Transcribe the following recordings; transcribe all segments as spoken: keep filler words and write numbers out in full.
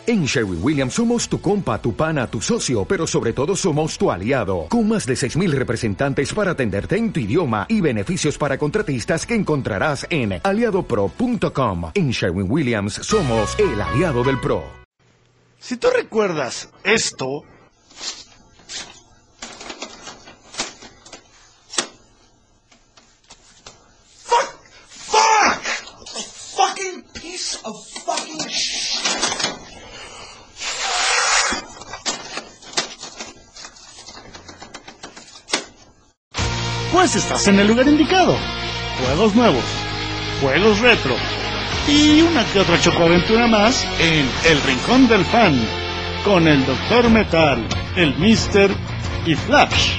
En Sherwin-Williams somos tu compa, tu pana, tu socio, pero sobre todo somos tu aliado, con más de seis mil representantes para atenderte en tu idioma y beneficios para contratistas que encontrarás en aliado pro punto com. En Sherwin-Williams somos el aliado del pro. Si tú recuerdas esto... ¡Fuck! ¡Fuck! A fucking piece of fucking shit. Pues estás en el lugar indicado. Juegos nuevos, juegos retro y una que otra chocoaventura más en El Rincón del Fan con el Doctor Metal, el Mister y Flash.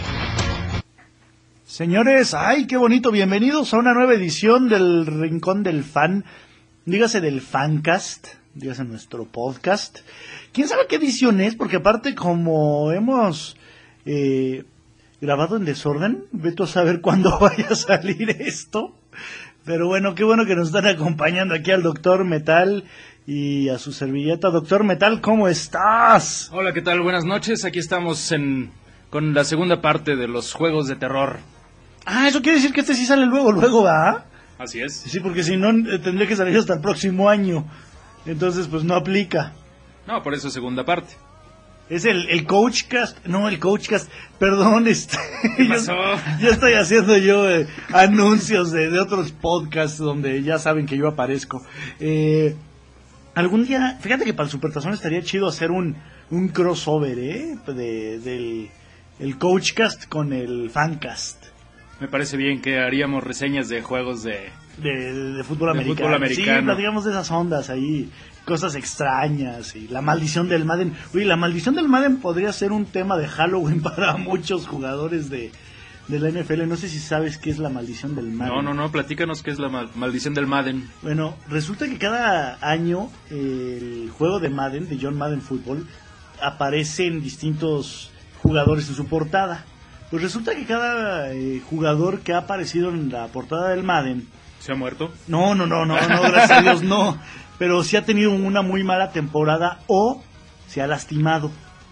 Señores, ay, qué bonito, bienvenidos a una nueva edición del Rincón del Fan, dígase del Fancast, dígase nuestro podcast. ¿Quién sabe qué edición es? Porque aparte como hemos... Eh, grabado en desorden, vete a saber cuándo vaya a salir esto, pero bueno, qué bueno que nos están acompañando aquí al Doctor Metal y a su servilleta. Doctor Metal, ¿cómo estás? Hola, ¿qué tal? Buenas noches, aquí estamos en con la segunda parte de los juegos de terror. Ah, eso quiere decir que este sí sale luego, luego, ¿va? Así es. Sí, porque si no, eh, tendría que salir hasta el próximo año, entonces pues no aplica. No, por eso segunda parte. Es el, el Coachcast, no, el Coachcast, perdón, este, ¿Qué pasó? Ya, ya estoy haciendo yo eh, anuncios de, de otros podcasts donde ya saben que yo aparezco. Eh, algún día, fíjate que para el Supertazón estaría chido hacer un, un crossover, ¿eh? De, del el Coachcast con el Fancast. Me parece bien que haríamos reseñas de juegos de... De, de, fútbol, de americano. fútbol americano. Sí, platicamos de esas ondas ahí, cosas extrañas y la maldición del Madden. Uy, la maldición del Madden podría ser un tema de Halloween para muchos jugadores de, de la N F L. No sé si sabes qué es la maldición del Madden. No, no, no, platícanos qué es la mal- maldición del Madden. Bueno, resulta que cada año el juego de Madden, de John Madden Football, aparecen distintos jugadores en su portada. Pues resulta que cada eh, jugador que ha aparecido en la portada del Madden... ¿Se ha muerto? No, no, no, no, no, gracias a Dios no. Pero sí ha tenido una muy mala temporada o se ha lastimado.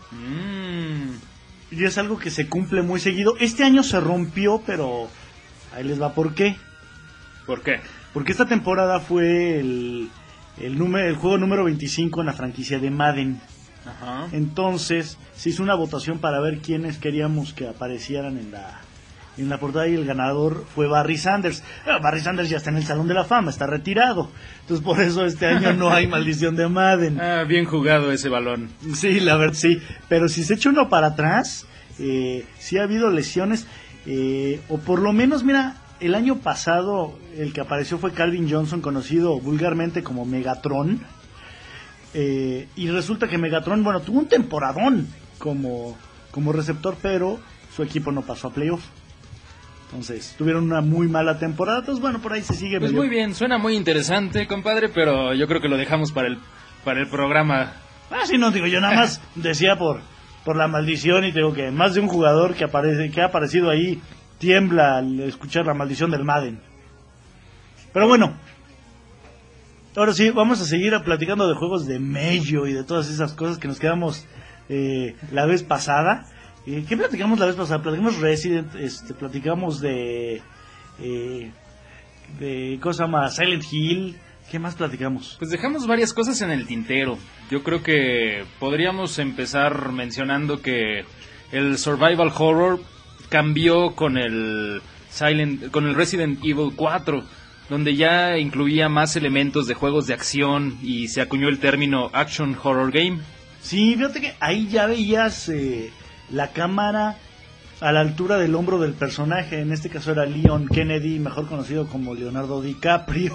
Mm. Y es algo que se cumple muy seguido. Este año se rompió, pero ahí les va por qué. ¿Por qué? Porque esta temporada fue el, el, número, el juego número veinticinco en la franquicia de Madden. Ajá. Entonces se hizo una votación para ver quiénes queríamos que aparecieran en la... en la portada y el ganador fue Barry Sanders. Ah, Barry Sanders ya está en el Salón de la Fama, está retirado. Entonces por eso este año no hay maldición de Madden. Ah, bien jugado ese balón. Sí, la verdad sí. Pero si se echa uno para atrás, eh, sí ha habido lesiones. Eh, o por lo menos, mira, el año pasado el que apareció fue Calvin Johnson, conocido vulgarmente como Megatron. Eh, y resulta que Megatron, bueno, tuvo un temporadón como, como receptor, pero su equipo no pasó a playoff. Entonces, tuvieron una muy mala temporada. Entonces, bueno, por ahí se sigue. Pues medio... muy bien, suena muy interesante, compadre, pero yo creo que lo dejamos para el para el programa. Ah, sí, no, digo, yo nada más decía por por la maldición y digo que más de un jugador que aparece que ha aparecido ahí tiembla al escuchar la maldición del Madden. Pero bueno, ahora sí, vamos a seguir platicando de juegos de Mello y de todas esas cosas que nos quedamos eh, la vez pasada. Eh, ¿Qué platicamos la vez pasada? Platicamos Resident, este, platicamos de, eh, de, ¿cómo se llama? Silent Hill. ¿Qué más platicamos? Pues dejamos varias cosas en el tintero. Yo creo que podríamos empezar mencionando que el survival horror cambió con el Silent, con el Resident Evil cuatro, donde ya incluía más elementos de juegos de acción y se acuñó el término Action Horror Game. Sí, fíjate que ahí ya veías eh, la cámara a la altura del hombro del personaje. En este caso era Leon Kennedy, mejor conocido como Leonardo DiCaprio.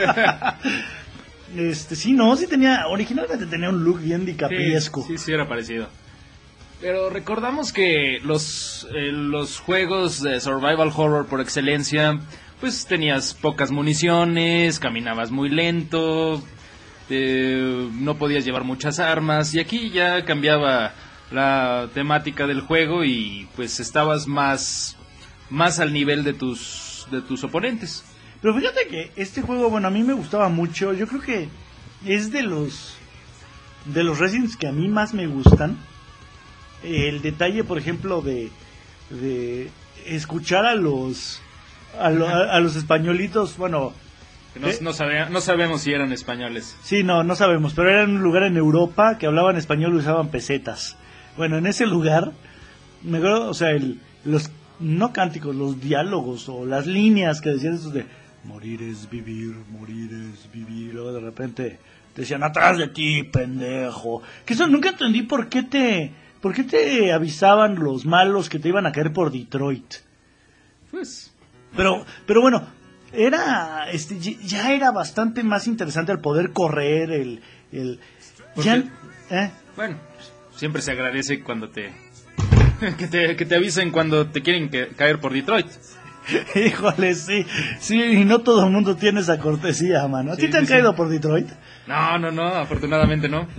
este, sí, no, sí tenía, originalmente tenía un look bien dicapriesco. Sí, sí, sí era parecido. Pero recordamos que los, eh, los juegos de survival horror por excelencia, pues tenías pocas municiones, caminabas muy lento, eh, no podías llevar muchas armas, y aquí ya cambiaba la temática del juego y pues estabas más, más al nivel de tus, de tus oponentes. Pero fíjate que este juego, bueno, a mí me gustaba mucho. Yo creo que es de los de los Residents que a mí más me gustan, el detalle, por ejemplo, de, de escuchar a los a, lo, a, a los españolitos, bueno... No, no, sabe, no sabemos si eran españoles. Sí, no, no sabemos, pero era un lugar en Europa que hablaban español y usaban pesetas. Bueno, en ese lugar, me acuerdo, o sea, el, los, no cánticos, los diálogos o las líneas que decían esos de morir es vivir, morir es vivir, luego de repente decían atrás de ti, pendejo. Que eso nunca entendí por qué te, por qué te avisaban los malos que te iban a caer por Detroit. Pues... Pero, pero bueno... Era, este, ya era bastante más interesante el poder correr, el, el, ya, ¿eh? Bueno, siempre se agradece cuando te, que te, que te avisen cuando te quieren que, caer por Detroit. Híjole, sí, sí, y no todo el mundo tiene esa cortesía, mano. ¿A ti sí, te sí, han sí. caído por Detroit? No, no, no, afortunadamente no.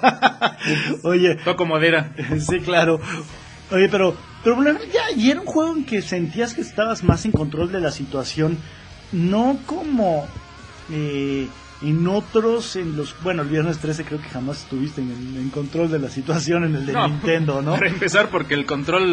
Oye. Toco madera. Sí, claro. Oye, pero, pero bueno, ya, y era un juego en que sentías que estabas más en control de la situación. No como eh, en otros, en los, bueno, el viernes trece creo que jamás estuviste en, en control de la situación en el de no, Nintendo, ¿no? Para empezar, porque el control,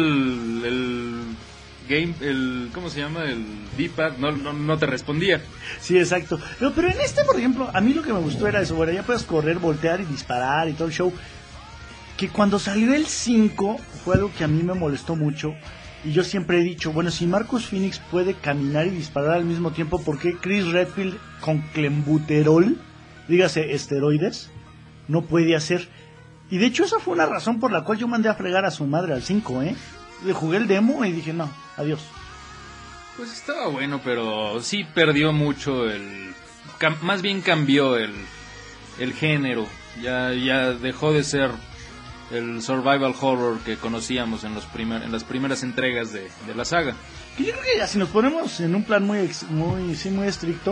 el game, el, ¿cómo se llama? El D-pad, no, no, no te respondía. Sí, exacto. Pero, pero en este, por ejemplo, a mí lo que me gustó era eso, bueno, ya puedes correr, voltear y disparar y todo el show. Que cuando salió el cinco fue algo que a mí me molestó mucho. Y yo siempre he dicho, bueno, si Marcus Phoenix puede caminar y disparar al mismo tiempo, ¿por qué Chris Redfield con clenbuterol, dígase esteroides, no puede hacer? Y de hecho esa fue una razón por la cual yo mandé a fregar a su madre al cinco, ¿eh? Le jugué el demo y dije, no, adiós. Pues estaba bueno, pero sí perdió mucho el... Cam, más bien cambió el, el género. Ya, ya dejó de ser... el survival horror que conocíamos en los primer, en las primeras entregas de, de la saga. Que yo creo que ya si nos ponemos en un plan muy ex, muy sí muy estricto,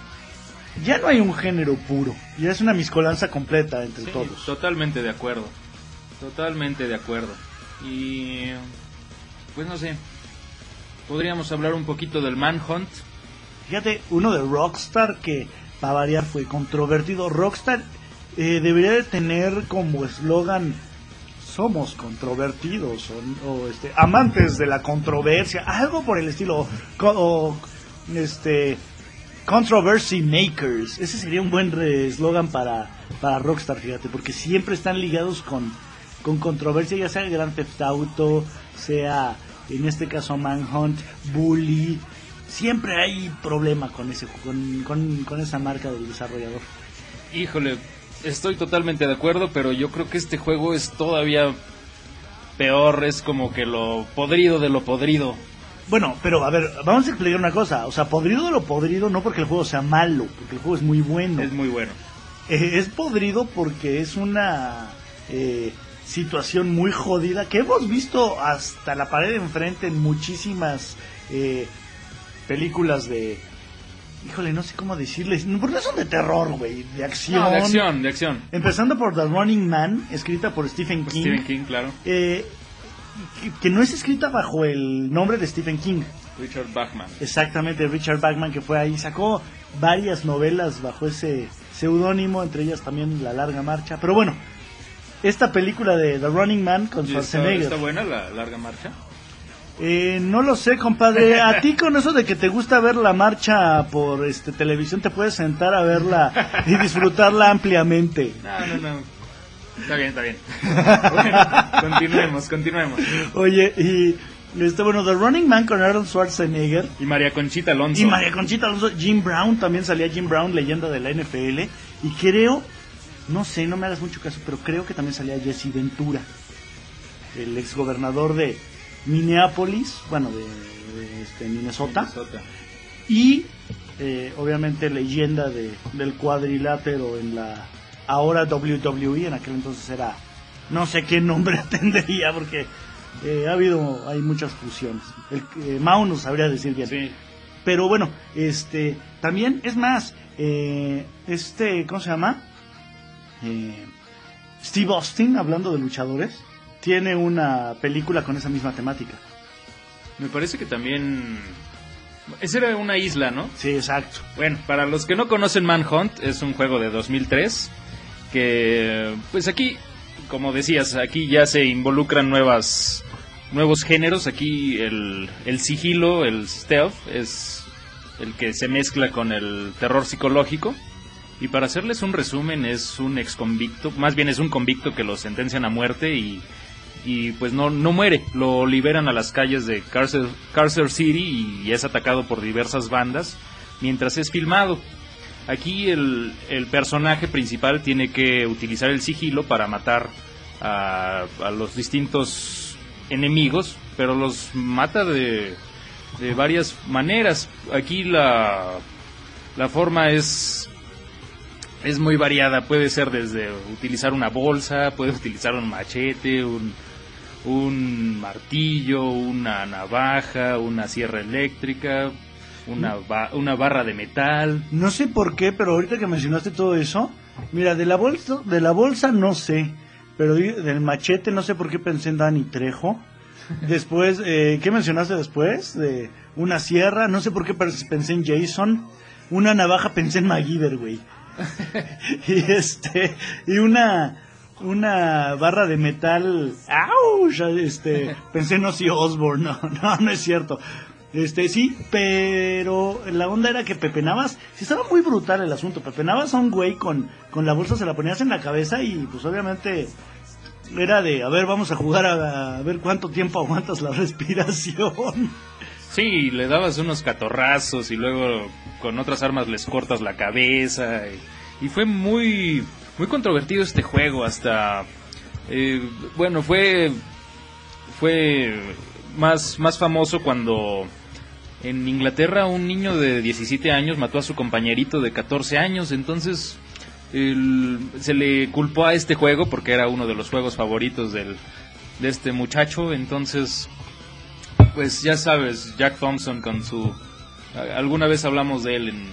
ya no hay un género puro, ya es una mezcolanza completa entre sí, todos. Totalmente de acuerdo. Totalmente de acuerdo. Y pues no sé. Podríamos hablar un poquito del Manhunt. Fíjate, uno de Rockstar que para variar fue controvertido. Rockstar eh, debería de tener como eslogan somos controvertidos o, o este amantes de la controversia, algo por el estilo, o, o este controversy makers. Ese sería un buen eslogan para para Rockstar, fíjate, porque siempre están ligados con con controversia, ya sea Grand Theft Auto, sea en este caso Manhunt, Bully. Siempre hay problema con ese con, con, con esa marca del desarrollador. Híjole, estoy totalmente de acuerdo, pero yo creo que este juego es todavía peor, es como que lo podrido de lo podrido. Bueno, pero a ver, vamos a explicar una cosa, o sea, podrido de lo podrido no porque el juego sea malo, porque el juego es muy bueno. Es muy bueno. Eh, es podrido porque es una eh, situación muy jodida que hemos visto hasta la pared de enfrente en muchísimas eh, películas de... Híjole, no sé cómo decirles, porque no son de terror, güey, de acción. No, de acción, de acción. Empezando por The Running Man, escrita por Stephen King. Stephen King, claro. Eh, que, que no es escrita bajo el nombre de Stephen King. Richard Bachman. Exactamente, Richard Bachman, que fue ahí, sacó varias novelas bajo ese seudónimo, entre ellas también La Larga Marcha. Pero bueno, esta película de The Running Man con Schwarzenegger. ¿Está, está buena La Larga Marcha? Eh, no lo sé, compadre. A ti con eso de que te gusta ver la marcha por este televisión, te puedes sentar a verla y disfrutarla ampliamente. No, no, no. Está bien, está bien. Bueno, continuemos, continuemos. Oye, y este bueno, The Running Man con Arnold Schwarzenegger y María Conchita Alonso. Y María Conchita Alonso, Jim Brown, también salía Jim Brown, leyenda de la N F L. Y creo, no sé, no me hagas mucho caso, pero creo que también salía Jesse Ventura, el exgobernador de Minneapolis, bueno, de, de este, Minnesota. Minnesota. Y eh, obviamente leyenda de, del cuadrilátero en la ahora W W E, en aquel entonces era, no sé qué nombre tendría, porque eh, ha habido, hay muchas fusiones. El, eh, Mao nos sabría decir bien. Sí. Pero bueno, este, también, es más, eh, este, ¿cómo se llama? Eh, Steve Austin, hablando de luchadores, tiene una película con esa misma temática. Me parece que también... Esa era una isla, ¿no? Sí, exacto. Bueno, para los que no conocen Manhunt, es un juego de dos mil tres que pues aquí, como decías, aquí ya se involucran nuevas nuevos géneros. Aquí el, el sigilo, el stealth, es el que se mezcla con el terror psicológico. Y para hacerles un resumen, es un ex convicto, más bien es un convicto que lo sentencian a muerte y, y pues no, no muere. Lo liberan a las calles de Carcer, Carcer City y es atacado por diversas bandas mientras es filmado. Aquí el, el personaje principal tiene que utilizar el sigilo para matar a, a los distintos enemigos, pero los mata de, de varias maneras. Aquí la, la forma es... es muy variada, puede ser desde utilizar una bolsa, puede utilizar un machete, un, un martillo, una navaja, una sierra eléctrica, una, ba- una barra de metal. No sé por qué, pero ahorita que mencionaste todo eso, mira, de la bolsa, de la bolsa no sé, pero del machete no sé por qué pensé en Danny Trejo. Después, eh, ¿qué mencionaste después? De una sierra, no sé por qué pensé en Jason. Una navaja pensé en MacGyver, güey. y este y una una barra de metal, ¡auch! Este, pensé en Ozzy Osbourne. No, no, no es cierto. Este, sí, pero la onda era que pepenabas, sí estaba muy brutal el asunto. Pepenabas a un güey con con la bolsa, se la ponías en la cabeza y pues obviamente era de, a ver, vamos a jugar a, a ver cuánto tiempo aguantas la respiración. Sí, le dabas unos catorrazos y luego con otras armas les cortas la cabeza. Y, y fue muy muy controvertido este juego hasta... Eh, bueno, fue fue más, más famoso cuando en Inglaterra un niño de diecisiete años mató a su compañerito de catorce años. Entonces el, se le culpó a este juego porque era uno de los juegos favoritos del, de este muchacho. Entonces... pues ya sabes, Jack Thompson con su... alguna vez hablamos de él en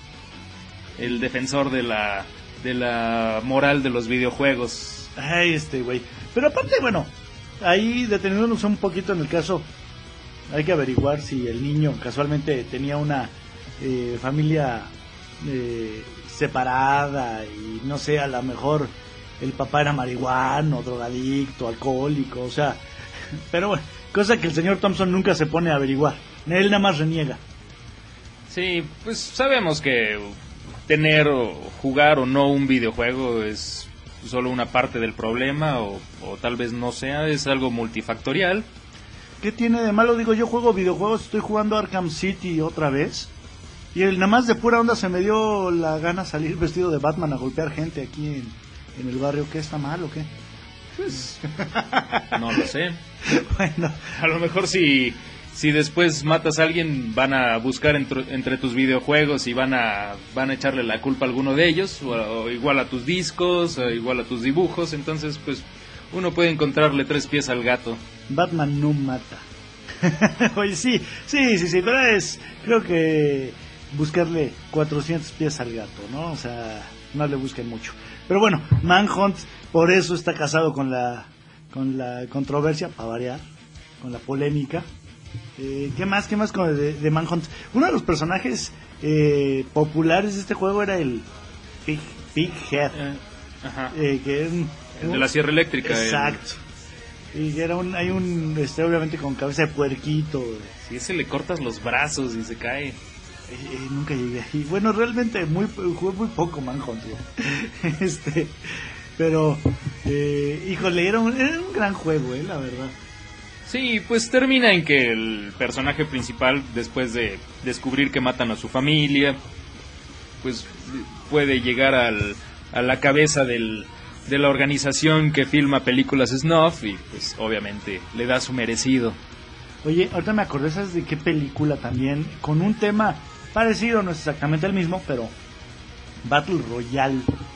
el defensor de la de la moral de los videojuegos. Ay, este güey. Pero aparte, bueno, ahí deteniéndonos un poquito en el caso, hay que averiguar si el niño casualmente tenía una eh, familia eh, separada y no sé, a lo mejor el papá era marihuano, drogadicto, alcohólico, o sea, pero bueno, cosa que el señor Thompson nunca se pone a averiguar. Él nada más reniega. Sí, pues sabemos que tener o jugar o no un videojuego es solo una parte del problema o, o tal vez no sea, es algo multifactorial. ¿Qué tiene de malo? Digo, yo juego videojuegos, estoy jugando Arkham City otra vez y el, nada más de pura onda se me dio la gana salir vestido de Batman a golpear gente aquí en, en el barrio. ¿Qué está mal o qué? Pues no lo sé. Bueno, a lo mejor si si después matas a alguien van a buscar entre, entre tus videojuegos y van a van a echarle la culpa a alguno de ellos o, o igual a tus discos o igual a tus dibujos. Entonces pues uno puede encontrarle tres pies al gato. Batman no mata. Oye, sí, sí, sí, sí, pero es, creo que buscarle cuatrocientos pies al gato, ¿no? O sea, no le busquen mucho. Pero bueno, Manhunt, por eso está casado con la con la controversia, para variar, con la polémica. Eh, ¿Qué más, qué más con de, de Manhunt? Uno de los personajes eh, populares de este juego era el Pig, Pighead, Eh, ajá. eh, que es un, El de la sierra eléctrica. exacto. El... Y era un, hay un, este, obviamente con cabeza de puerquito. Si ese le cortas los brazos y se cae. Eh, eh, nunca llegué ahí. Bueno, realmente muy jugué muy poco Manhunt. este, pero, eh, híjole, era un, era un gran juego, eh, la verdad. Sí, pues termina en que el personaje principal, después de descubrir que matan a su familia, pues puede llegar al, a la cabeza del, de la organización que filma películas snuff y pues obviamente le da su merecido. Oye, ahorita me acordé, ¿sabes de qué película también? Con un tema parecido, no es exactamente el mismo, pero Battle Royale.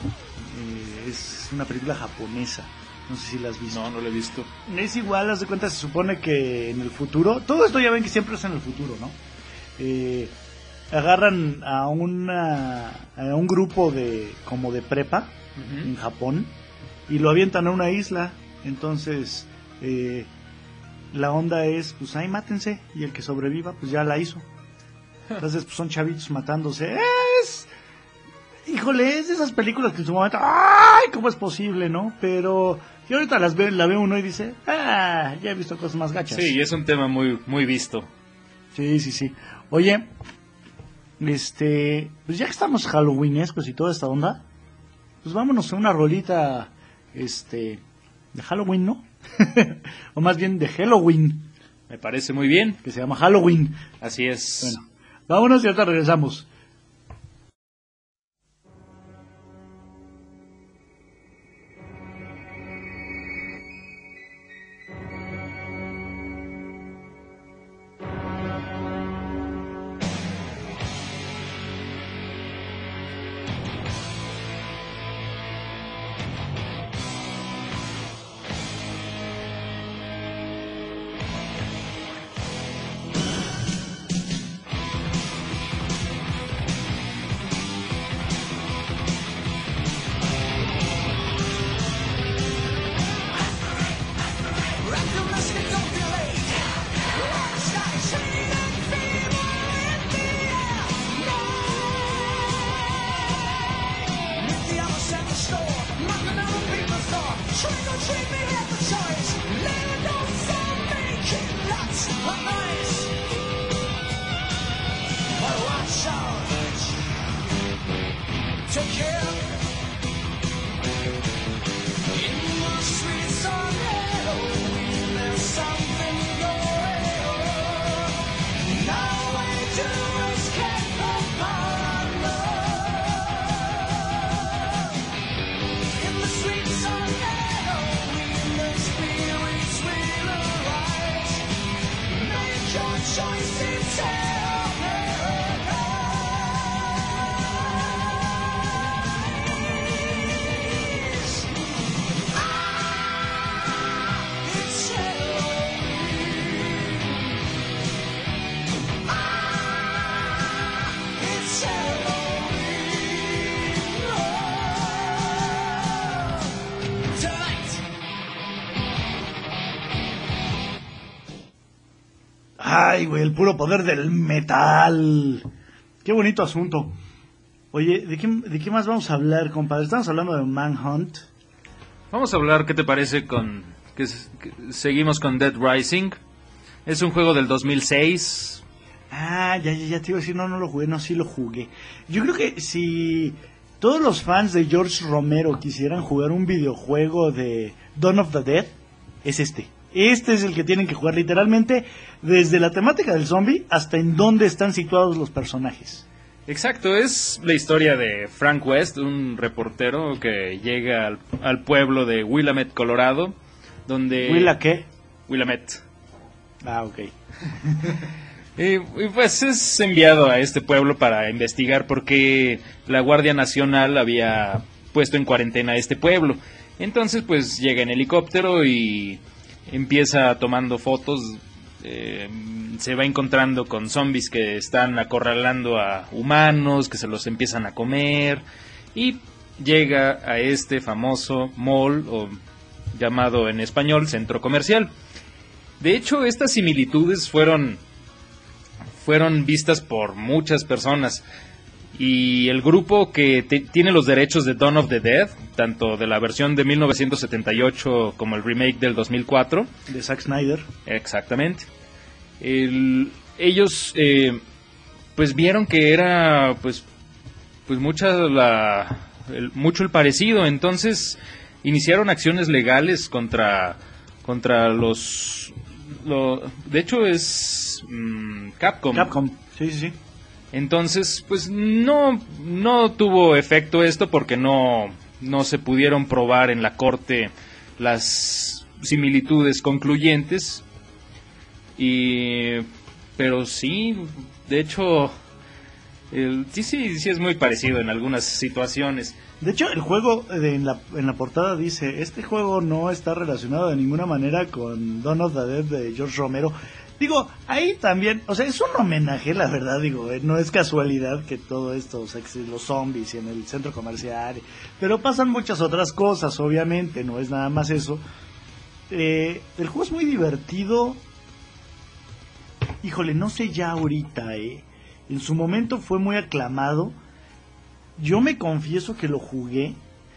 Eh, es una película japonesa. No sé si la has visto. No, no la he visto. Es igual, haz de cuenta, se supone que en el futuro, todo esto ya ven que siempre es en el futuro, ¿no? Eh, agarran a una a un grupo de como de prepa uh-huh. en Japón y lo avientan a una isla. Entonces eh, la onda es, pues ahí mátense y el que sobreviva, pues ya la hizo. Entonces pues son chavitos matándose. Es... Hijo, híjole, es de esas películas que en su momento, ¡ay! ¿Cómo es posible, no? Pero que ahorita las ve, la ve uno y dice, ah, ya he visto cosas más gachas. Sí, es un tema muy, muy visto. Sí, sí, sí. Oye, este, pues ya que estamos halloweenescos y toda esta onda, pues vámonos a una rolita, este, de Halloween, ¿no? O más bien de Halloween. Me parece muy bien. Que se llama Halloween. Así es. Bueno, vámonos y ahorita regresamos. Ay, güey, el puro poder del metal. Qué bonito asunto. Oye, ¿de qué, de qué más vamos a hablar, compadre? Estamos hablando de Manhunt. Vamos a hablar, ¿qué te parece con que, que seguimos con Dead Rising? Es un juego del dos mil seis. Ah, ya, ya, ya te iba a decir, no, no lo jugué, no, sí lo jugué. Yo creo que si todos los fans de George Romero quisieran jugar un videojuego de Dawn of the Dead, es este. Este es el que tienen que jugar literalmente desde la temática del zombie hasta en dónde están situados los personajes. Exacto, es la historia de Frank West, un reportero que llega al, al pueblo de Willamette, Colorado, donde... ¿Willa qué? Willamette. Ah, ok. y, y pues es enviado a este pueblo para investigar por qué la Guardia Nacional había puesto en cuarentena a este pueblo. Entonces pues llega en helicóptero y empieza tomando fotos, eh, se va encontrando con zombies que están acorralando a humanos, que se los empiezan a comer, y llega a este famoso mall, o llamado en español centro comercial. De hecho, estas similitudes fueron, fueron vistas por muchas personas, y el grupo que te, tiene los derechos de Dawn of the Dead, tanto de la versión de mil novecientos setenta y ocho como el remake del dos mil cuatro, de Zack Snyder, exactamente, el, ellos eh, pues vieron que era pues pues mucha la el, mucho el parecido, entonces iniciaron acciones legales contra contra los lo, de hecho es mmm, Capcom. Capcom, sí, sí, sí. Entonces, pues no, no tuvo efecto esto porque no, no se pudieron probar en la corte las similitudes concluyentes. Y, pero sí, de hecho, el, sí, sí, sí es muy parecido en algunas situaciones. De hecho, el juego de, en, la, en la portada dice, este juego no está relacionado de ninguna manera con Dawn of the Dead de George Romero. Digo, ahí también, o sea, es un homenaje, la verdad, digo, eh, no es casualidad que todo esto, o sea, que los zombies y en el centro comercial, pero pasan muchas otras cosas, obviamente, no es nada más eso. Eh, el juego es muy divertido, híjole, no sé ya ahorita, eh, en su momento fue muy aclamado, yo me confieso que lo jugué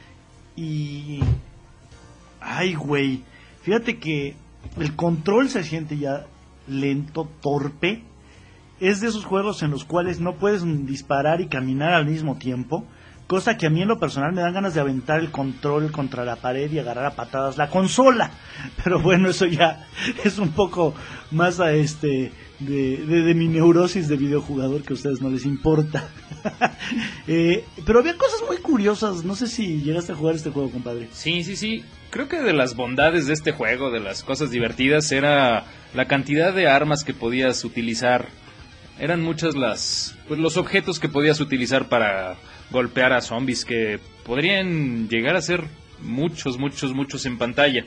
y... Ay, güey. Fíjate que el control se siente ya lento, torpe. Es de esos juegos en los cuales no puedes disparar y caminar al mismo tiempo. Cosa que a mí en lo personal me dan ganas de aventar el control contra la pared y agarrar a patadas la consola. Pero bueno, eso ya es un poco más a este de, de, de mi neurosis de videojugador que a ustedes no les importa. eh, pero había cosas muy curiosas. No sé si llegaste a jugar este juego, compadre. Sí, sí, sí. Creo que de las bondades de este juego, de las cosas divertidas, era la cantidad de armas que podías utilizar. Eran muchas las pues los objetos que podías utilizar para golpear a zombies, que podrían llegar a ser muchos, muchos, muchos en pantalla.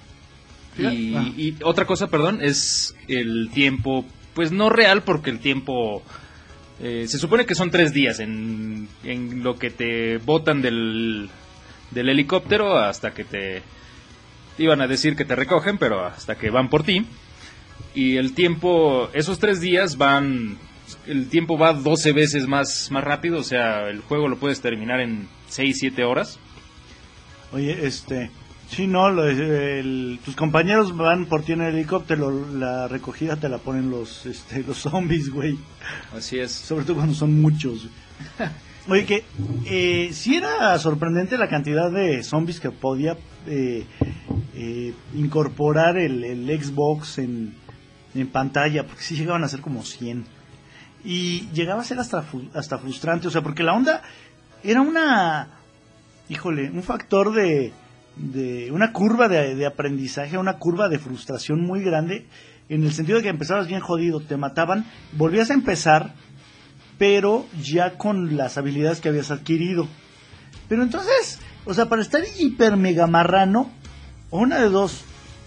Y, ah. y otra cosa, perdón, es el tiempo, pues no real, porque el tiempo eh, se supone que son tres días en, en lo que te botan del, del helicóptero hasta que te iban a decir que te recogen, pero hasta que van por ti. Y el tiempo, esos tres días van, el tiempo va doce veces más, más rápido, o sea, el juego lo puedes terminar en seis, siete horas. Oye, este, sí, no, lo, el, tus compañeros van por ti en el helicóptero, la recogida te la ponen los, este, los zombies, güey. Así es. Sobre todo cuando son muchos. Oye, que eh, sí era sorprendente la cantidad de zombies que podía eh, eh, incorporar el, el Xbox en... en pantalla, porque sí llegaban a ser como cien. Y llegaba a ser hasta, hasta frustrante, o sea, porque la onda era una, híjole, un factor de, de una curva de, de aprendizaje, una curva de frustración muy grande, en el sentido de que empezabas bien jodido, te mataban, volvías a empezar, pero ya con las habilidades que habías adquirido. Pero entonces, o sea, para estar hiper mega marrano, una de dos,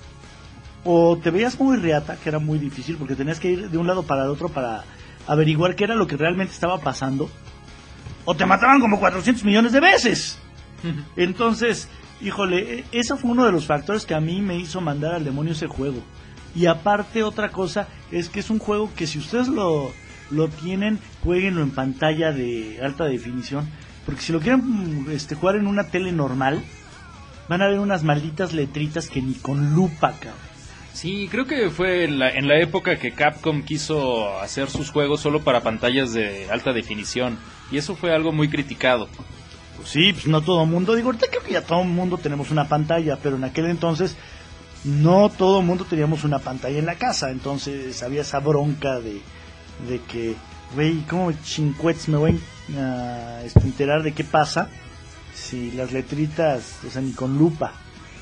o te veías muy reata, que era muy difícil porque tenías que ir de un lado para el otro para averiguar qué era lo que realmente estaba pasando, o te mataban como cuatrocientos millones de veces. Entonces, híjole, eso fue uno de los factores que a mí me hizo mandar al demonio ese juego. Y aparte, otra cosa es que es un juego que si ustedes lo, lo tienen, jueguenlo en pantalla de alta definición, porque si lo quieren este, jugar en una tele normal, van a ver unas malditas letritas que ni con lupa, cabrón. Sí, creo que fue en la, en la época que Capcom quiso hacer sus juegos solo para pantallas de alta definición, y eso fue algo muy criticado. Pues sí, pues no todo el mundo, digo, ahorita creo que ya todo el mundo tenemos una pantalla, pero en aquel entonces no todo el mundo teníamos una pantalla en la casa, entonces había esa bronca de, de que, güey, ¿cómo chincuets me voy a uh, enterar de qué pasa si las letritas, o sea, ni con lupa?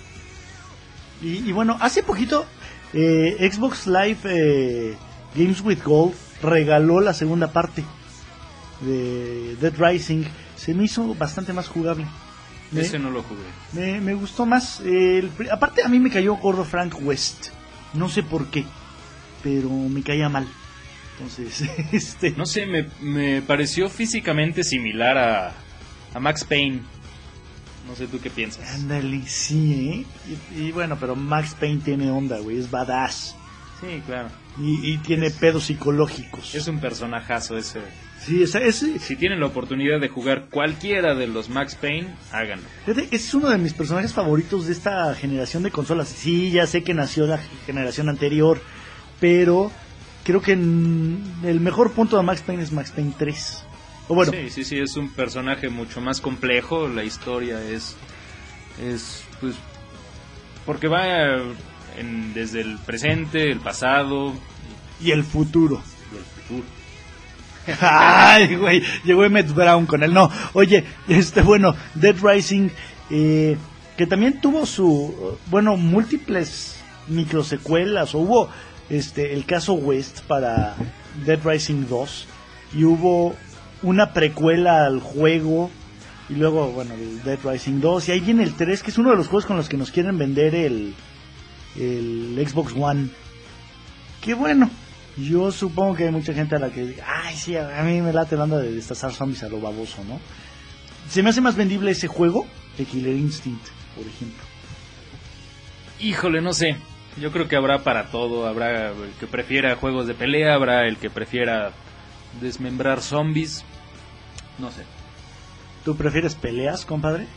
Y, y bueno, hace poquito eh, Xbox Live eh, Games with Gold regaló la segunda parte de Dead Rising. Se me hizo bastante más jugable. Ese ¿Eh? no lo jugué. Me, me gustó más. Eh, el, aparte a mí me cayó gordo Frank West. No sé por qué, pero me caía mal. Entonces, este... No sé, me, me pareció físicamente similar a, a Max Payne. No sé tú qué piensas. Ándale, sí, ¿eh? Y, y bueno, pero Max Payne tiene onda, güey, es badass. Sí, claro. Y, y tiene es, pedos psicológicos. Es un personajazo ese. Sí, esa, ese... Si tienen la oportunidad de jugar cualquiera de los Max Payne, háganlo. Ese es uno de mis personajes favoritos de esta generación de consolas. Sí, ya sé que nació la generación anterior, pero creo que el mejor punto de Max Payne es Max Payne tres. O bueno. Sí, sí, sí, es un personaje mucho más complejo. La historia es, es pues, porque va en, desde el presente, el pasado y el futuro. Y el futuro. Ay, güey, llegó Emmett Brown con él. No, oye, este, bueno, Dead Rising, eh, que también tuvo su, bueno, múltiples microsecuelas. O hubo, este, el caso West para Dead Rising dos y hubo una precuela al juego y luego, bueno, el Dead Rising dos y ahí viene el tres, que es uno de los juegos con los que nos quieren vender el, el Xbox One. Qué bueno. Yo supongo que hay mucha gente a la que diga, ay, sí, a mí me late la onda de destazar zombies a lo baboso, ¿no? Se me hace más vendible ese juego que Killer Instinct, por ejemplo. Híjole, no sé. Yo creo que habrá para todo. Habrá el que prefiera juegos de pelea, habrá el que prefiera desmembrar zombies. No sé. ¿Tú prefieres peleas, compadre?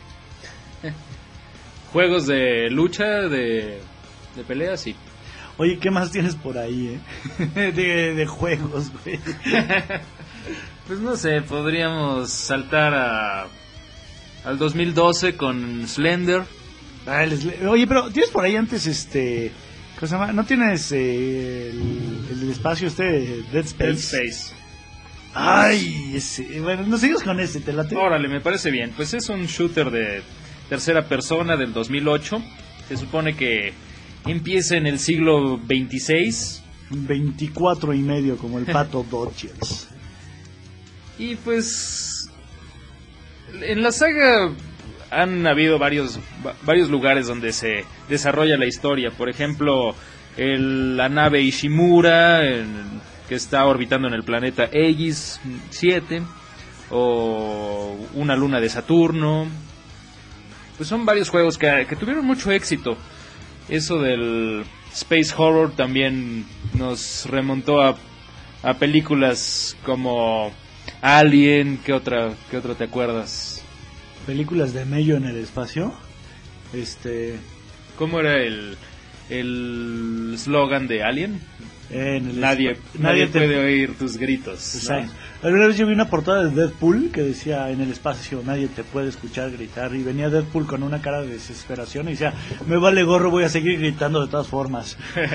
Juegos de lucha, de, de peleas, sí. Oye, ¿qué más tienes por ahí, eh? de, de juegos, güey. Pues no sé, podríamos saltar a al dos mil doce con Slender. Ah, el Sl- Oye, pero tienes por ahí antes este... ¿Cómo se llama? ¿No tienes eh, el, el espacio este de Dead Space? Dead Space. Ay, ese... Bueno, no sigas con ese, ¿te late? Órale, me parece bien. Pues es un shooter de tercera persona del dos mil ocho. Se supone que empieza en el siglo veintiséis. veinticuatro y medio, como el Pato Dodgers. Y pues en la saga han habido varios varios lugares donde se desarrolla la historia. Por ejemplo, el, la nave Ishimura, en, que está orbitando en el planeta Aegis siete, o una luna de Saturno. Pues son varios juegos que, que tuvieron mucho éxito. Eso del Space Horror también nos remontó a, a películas como Alien. ¿Qué otra, qué otra te acuerdas? Películas de medio en el espacio. Este... ¿Cómo era el el slogan de Alien? En el Nadie, espa- nadie te- puede oír tus gritos, ¿no? Exacto. Alguna vez yo vi una portada de Deadpool que decía: en el espacio nadie te puede escuchar gritar, y venía Deadpool con una cara de desesperación y decía: me vale gorro, voy a seguir gritando de todas formas.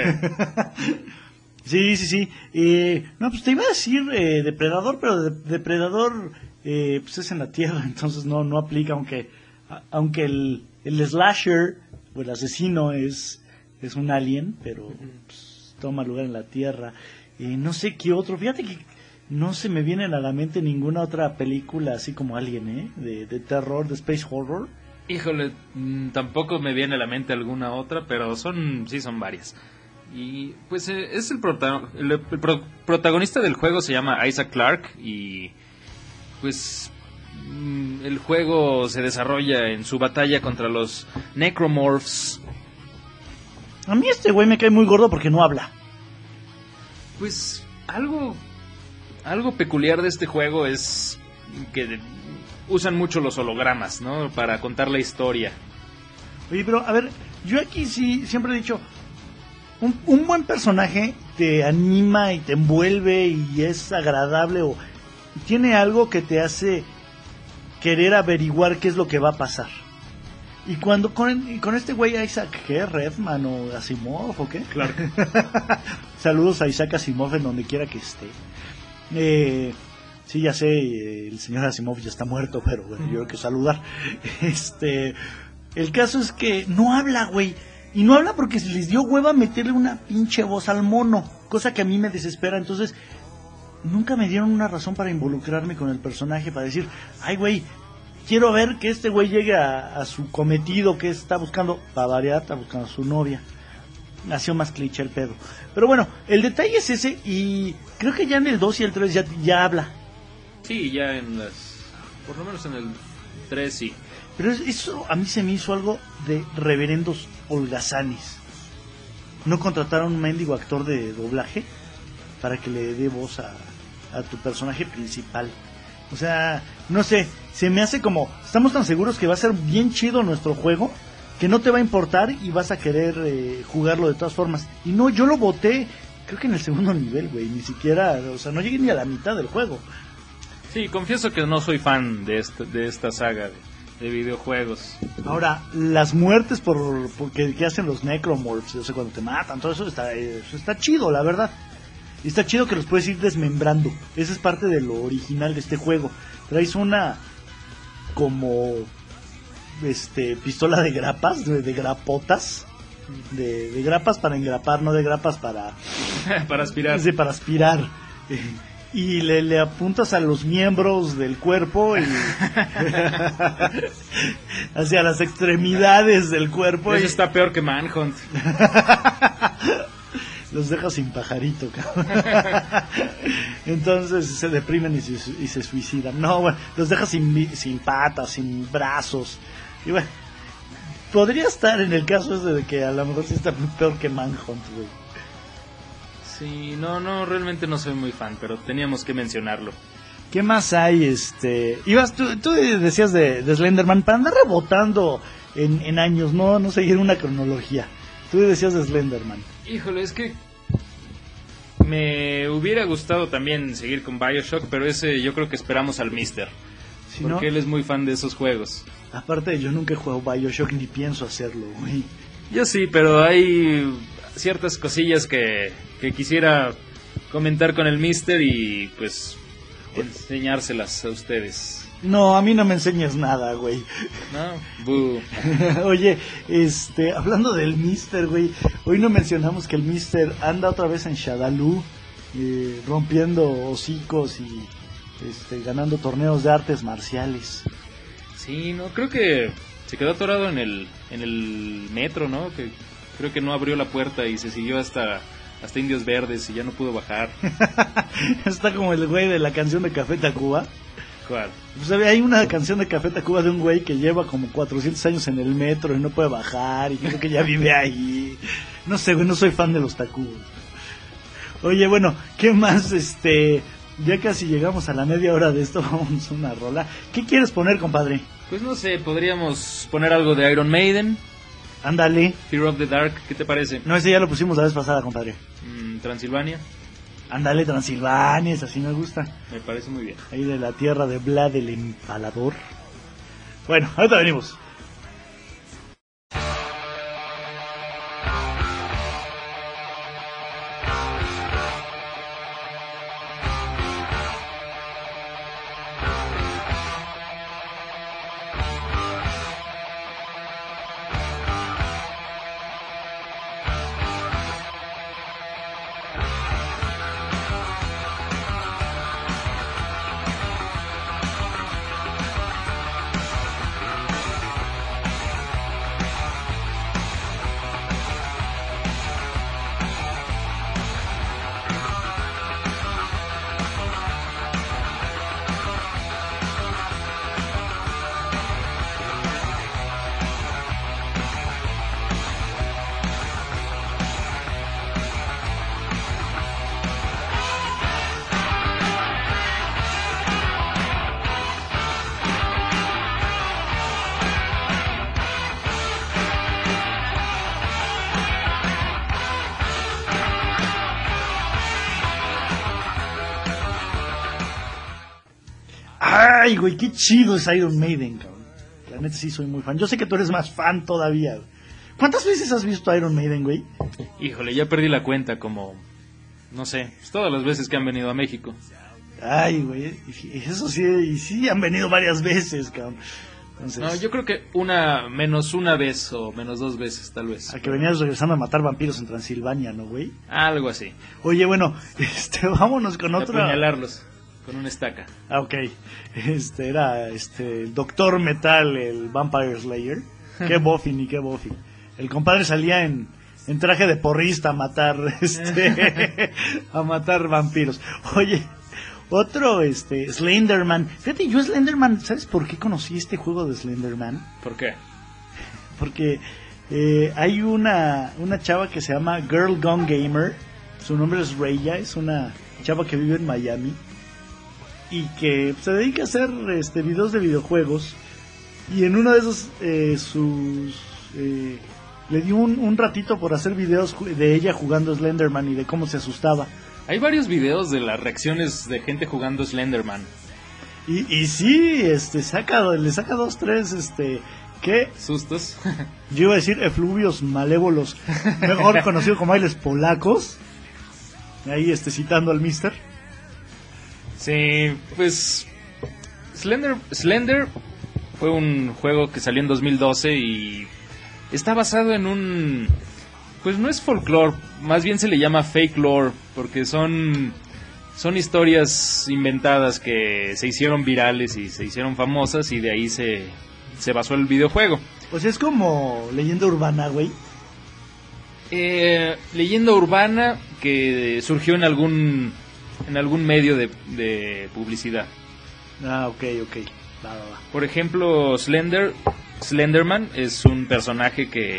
Sí, sí, sí. Eh, no, pues te iba a decir eh, Depredador, pero de- Depredador eh, pues es en la Tierra, entonces no no aplica, aunque a- aunque el, el slasher o el asesino es es un alien, pero pues, toma lugar en la Tierra. Eh, no sé qué otro, fíjate que no se me viene a la mente ninguna otra película así como Alien, ¿eh? De, de terror, de space horror. Híjole, mm, tampoco me viene a la mente alguna otra, pero son sí son varias. Y pues eh, es el, prota- el, el pro- protagonista del juego se llama Isaac Clarke, y pues mm, el juego se desarrolla en su batalla contra los Necromorphs. A mí este güey me cae muy gordo porque no habla. Pues algo algo peculiar de este juego es que de- usan mucho los hologramas, ¿no? Para contar la historia. Oye, pero a ver, yo aquí sí siempre he dicho, un, un buen personaje te anima y te envuelve y es agradable, o tiene algo que te hace querer averiguar qué es lo que va a pasar. Y cuando con, y con este güey Isaac, ¿qué? ¿Redman o Asimov o qué? Claro. Saludos a Isaac Asimov en donde quiera que esté. Eh, sí, ya sé, eh, el señor Asimov ya está muerto, pero bueno, yo creo que saludar. Este, el caso es que no habla, güey. Y no habla porque se les dio hueva meterle una pinche voz al mono, cosa que a mí me desespera. Entonces, nunca me dieron una razón para involucrarme con el personaje, para decir, ay, güey, quiero ver que este güey llegue a, a su cometido que está buscando. Para variar, está buscando a su novia. Nació más cliché el pedo. Pero bueno, el detalle es ese, y creo que ya en el dos y el tres ya, ya habla. Sí, ya en las... por lo menos en el tres sí. Pero es- eso a mí se me hizo algo de reverendos holgazanes. ¿No contrataron un mendigo actor de doblaje para que le dé voz a, a tu personaje principal? O sea, no sé, se me hace como, estamos tan seguros que va a ser bien chido nuestro juego, que no te va a importar y vas a querer eh, jugarlo de todas formas. Y no, yo lo boté, creo que en el segundo nivel, güey, ni siquiera, o sea, no llegué ni a la mitad del juego. Sí, confieso que no soy fan de esta, de esta saga de, de videojuegos. Ahora, las muertes por, por que, que hacen los necromorphs, o sea, cuando te matan, todo eso está, eso está chido, la verdad. Y está chido que los puedes ir desmembrando. Esa es parte de lo original de este juego. Traes una como este pistola de grapas, de, de grapotas, de, de grapas para engrapar, no de grapas para Para aspirar. sí, para aspirar. Y le, le apuntas a los miembros del cuerpo y hacia las extremidades del cuerpo. Eso Y está peor que Manhunt. los deja sin pajarito, cabrón. Entonces se deprimen y se, y se suicidan. No, bueno, los deja sin, sin patas, sin brazos. Y bueno, podría estar en el caso ese de que a lo mejor sí está peor que Manhunt, güey. Sí, no, no, realmente no soy muy fan, pero teníamos que mencionarlo. ¿Qué más hay? Este, ibas, tú, tú decías de, de Slenderman, para andar rebotando en, en años, no, no seguir una cronología. Tú decías de Slenderman. Híjole, es que me hubiera gustado también seguir con BioShock, pero ese yo creo que esperamos al Mister. Si porque no, él es muy fan de esos juegos. Aparte, yo nunca he jugado BioShock ni pienso hacerlo, güey. Yo sí, pero hay ciertas cosillas que, que quisiera comentar con el Mister y pues enseñárselas a ustedes. No, a mí no me enseñes nada, güey. No, buh. Oye, este, hablando del Mister, güey, hoy no mencionamos que el Mister anda otra vez en Shadaloo, eh, rompiendo hocicos y este, ganando torneos de artes marciales. Sí, no, creo que se quedó atorado en el en el metro, ¿no? Que creo que no abrió la puerta y se siguió hasta hasta Indios Verdes y ya no pudo bajar. Está como el güey de la canción de Café Tacuba. ¿Cuál? Pues hay una canción de Café Tacuba de un güey que lleva como cuatrocientos años en el metro y no puede bajar y creo que ya vive ahí. No sé, güey, no soy fan de los Tacubos. Oye, bueno, ¿qué más? Este, ya casi llegamos a la media hora de esto, vamos a una rola. ¿Qué quieres poner, compadre? Pues no sé, podríamos poner algo de Iron Maiden. Ándale. Fear of the Dark, ¿qué te parece? No, ese ya lo pusimos la vez pasada, compadre. Mm, Transilvania. Ándale, Transilvania, esa sí me gusta. Me parece muy bien. Ahí de la tierra de Vlad el Empalador. Bueno, ahorita venimos. Ay, güey, qué chido es Iron Maiden, cabrón. La neta sí soy muy fan. Yo sé que tú eres más fan todavía, güey. ¿Cuántas veces has visto Iron Maiden, güey? Híjole, ya perdí la cuenta, como, no sé, pues todas las veces que han venido a México. Ay, güey, eso sí, y sí han venido varias veces, cabrón. Entonces, no, yo creo que una, menos una vez o menos dos veces, tal vez. A que venías regresando a matar vampiros en Transilvania, ¿no, güey? Algo así. Oye, bueno, este, vámonos con otra. Apuñalarlos con una estaca. Ah, ok. Este, era, este, el Doctor Metal, el Vampire Slayer. Qué Buffy, ni qué Buffy. El compadre salía en, en traje de porrista a matar, este, a matar vampiros. Oye, otro, este, Slenderman. Fíjate, yo Slenderman, ¿sabes por qué conocí este juego de Slenderman? ¿Por qué? Porque eh, hay una, una chava que se llama Girl Gone Gamer. Su nombre es Reya, es una chava que vive en Miami y que se dedica a hacer este, videos de videojuegos. Y en uno de esos, eh, sus... Eh, le dio un, un ratito por hacer videos de ella jugando Slenderman y de cómo se asustaba. Hay varios videos de las reacciones de gente jugando Slenderman. Y, y sí, este, saca, le saca dos, tres, este, ¿qué? Sustos. Yo iba a decir efluvios malévolos, mejor conocido como bailes polacos. Ahí, este, citando al Mister. Sí, pues, Slender, Slender fue un juego que salió en dos mil doce y está basado en un... Pues no es folclore, más bien se le llama fake lore, porque son, son historias inventadas que se hicieron virales y se hicieron famosas y de ahí se, se basó el videojuego. Pues es como leyenda urbana, güey. Eh, leyenda urbana que surgió en algún, en algún medio de, de publicidad. Ah, ok, ok. Va, va, va. Por ejemplo, Slender, Slenderman es un personaje que...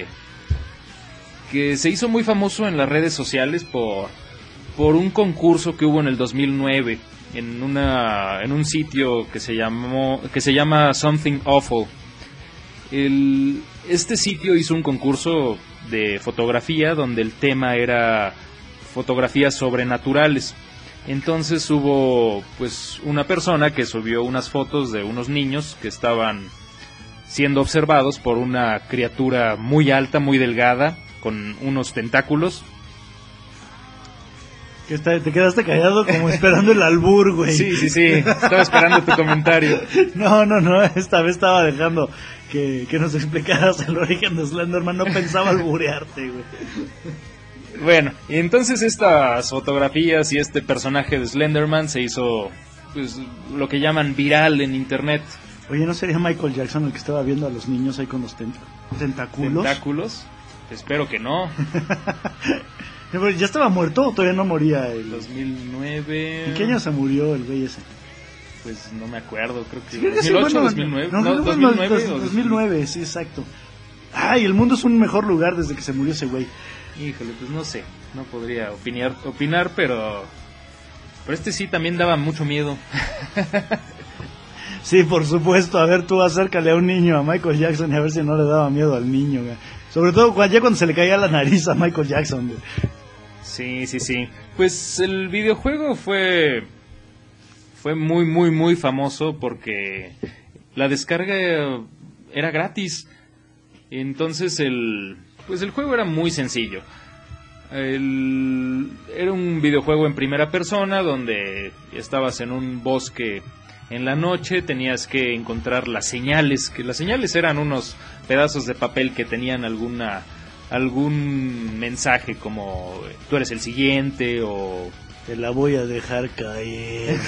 que se hizo muy famoso en las redes sociales por, por un concurso que hubo en el dos mil nueve, en una en un sitio que se llamó que se llama Something Awful. El, este sitio hizo un concurso de fotografía donde el tema era fotografías sobrenaturales. Entonces hubo pues una persona que subió unas fotos de unos niños que estaban siendo observados por una criatura muy alta, muy delgada, con unos tentáculos. Que está, te quedaste callado como esperando el albur, güey. Sí, sí, sí, estaba esperando tu comentario. No, no, no, esta vez estaba dejando que, que nos explicaras el origen de Slenderman, no pensaba alburearte, güey. Bueno, y entonces estas fotografías y este personaje de Slenderman se hizo, pues, lo que llaman viral en internet. Oye, ¿no sería Michael Jackson el que estaba viendo a los niños ahí con los tent- tentáculos? ¿Tentáculos? Espero que no. ¿Ya estaba muerto o todavía no moría? El... dos mil nueve... ¿En qué año se murió el güey ese? Pues no me acuerdo, creo que... Sí, creo que ¿dos mil ocho, sí, bueno, dos mil nueve? No, No, no, dos mil nueve, no, o dos mil nueve, sí, exacto. Ay, el mundo es un mejor lugar desde que se murió ese güey. Híjole, pues no sé, no podría opinar, opinar, pero... Pero este sí también daba mucho miedo. Sí, por supuesto. A ver, tú acércale a un niño a Michael Jackson y a ver si no le daba miedo al niño, güey. Sobre todo cuando, ya cuando se le caía la nariz a Michael Jackson, güey. Sí, sí, sí. Pues el videojuego fue... Fue muy, muy, muy famoso porque la descarga era gratis. Entonces el... Pues el juego era muy sencillo. El, era un videojuego en primera persona donde estabas en un bosque en la noche, tenías que encontrar las señales, que las señales eran unos pedazos de papel que tenían alguna algún mensaje como tú eres el siguiente o te la voy a dejar caer.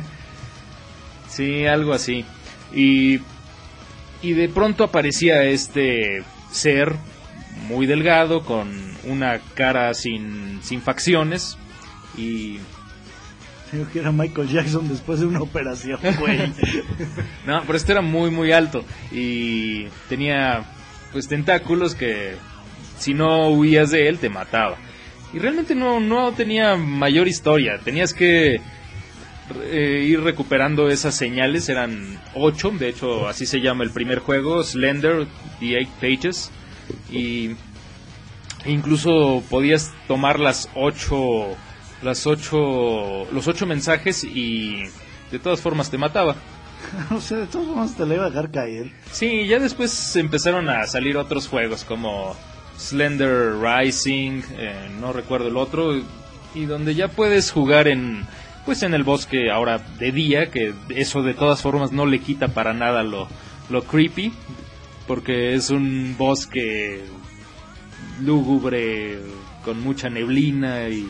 Sí, algo así. Y y de pronto aparecía este ser muy delgado, con una cara sin, sin facciones, y... Creo que era Michael Jackson después de una operación, güey. No, pero este era muy, muy alto, y tenía, pues, tentáculos que, si no huías de él, te mataba. Y realmente no, no tenía mayor historia, tenías que eh, ir recuperando esas señales, eran ocho, de hecho, así se llama el primer juego, Slender, The Eight Pages. Y incluso podías tomar las ocho las ocho los ocho mensajes y de todas formas te mataba. O sea, de todas formas te la iba a dejar caer. Sí, ya después empezaron a salir otros juegos como Slender Rising, eh, no recuerdo el otro, y donde ya puedes jugar en pues en el bosque ahora de día, que eso de todas formas no le quita para nada lo lo creepy, porque es un bosque lúgubre con mucha neblina, y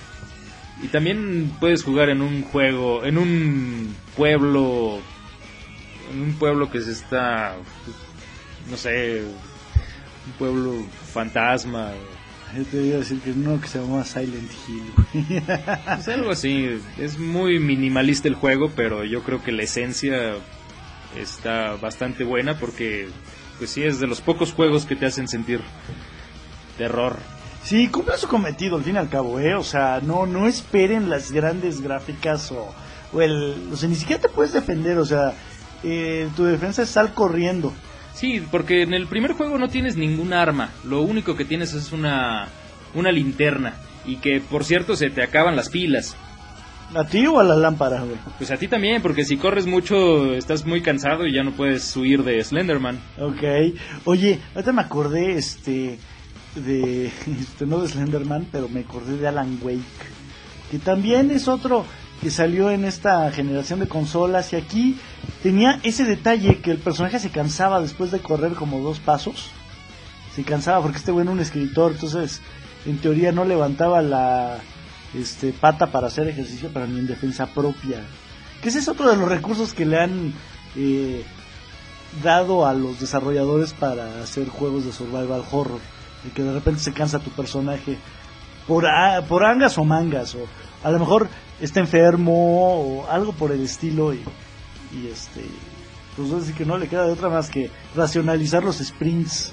y también puedes jugar en un juego, en un pueblo, en un pueblo que se está, no sé, un pueblo fantasma. Yo te iba a decir que no, que se llama Silent Hill. Es algo así, es muy minimalista el juego, pero yo creo que la esencia está bastante buena porque pues sí, es de los pocos juegos que te hacen sentir terror. Sí, cumple su cometido al fin y al cabo, ¿eh? O sea, no no esperen las grandes gráficas o, o el... O sea, ni siquiera te puedes defender, o sea, eh, tu defensa es sal corriendo. Sí, porque en el primer juego no tienes ningún arma, lo único que tienes es una, una linterna, y que por cierto se te acaban las pilas. ¿A ti o a la lámpara, güey? Pues a ti también, porque si corres mucho estás muy cansado y ya no puedes huir de Slenderman. Ok. Oye, ahorita me acordé, este, de, este, no de Slenderman, pero me acordé de Alan Wake, que también es otro que salió en esta generación de consolas, y aquí tenía ese detalle que el personaje se cansaba después de correr como dos pasos. Se cansaba porque este güey era un escritor, entonces en teoría no levantaba la... este pata para hacer ejercicio, pero ni en defensa propia, que ese es otro de los recursos que le han eh, dado a los desarrolladores para hacer juegos de survival horror, de que de repente se cansa tu personaje por, a, por angas o mangas, o a lo mejor está enfermo o algo por el estilo, y, y este pues así que no le queda de otra más que racionalizar los sprints.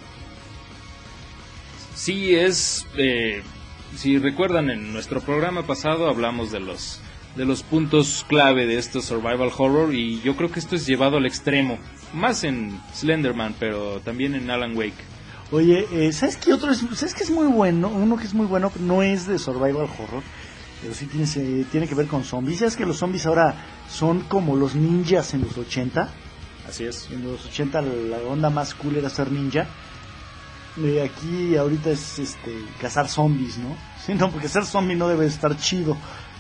Sí, es... Eh... Si recuerdan, en nuestro programa pasado hablamos de los de los puntos clave de estos survival horror, y yo creo que esto es llevado al extremo, más en Slenderman, pero también en Alan Wake. Oye, eh, ¿sabes qué otro es? ¿Sabes qué es muy bueno? Uno que es muy bueno, no es de survival horror, pero sí tiene, se, tiene que ver con zombies. ¿Sabes que los zombies ahora son como los ninjas en los ochenta? Así es. En los ochenta la onda más cool era ser ninja. Eh, aquí ahorita es este cazar zombies, ¿no? Sí, no, porque ser zombie no debe estar chido.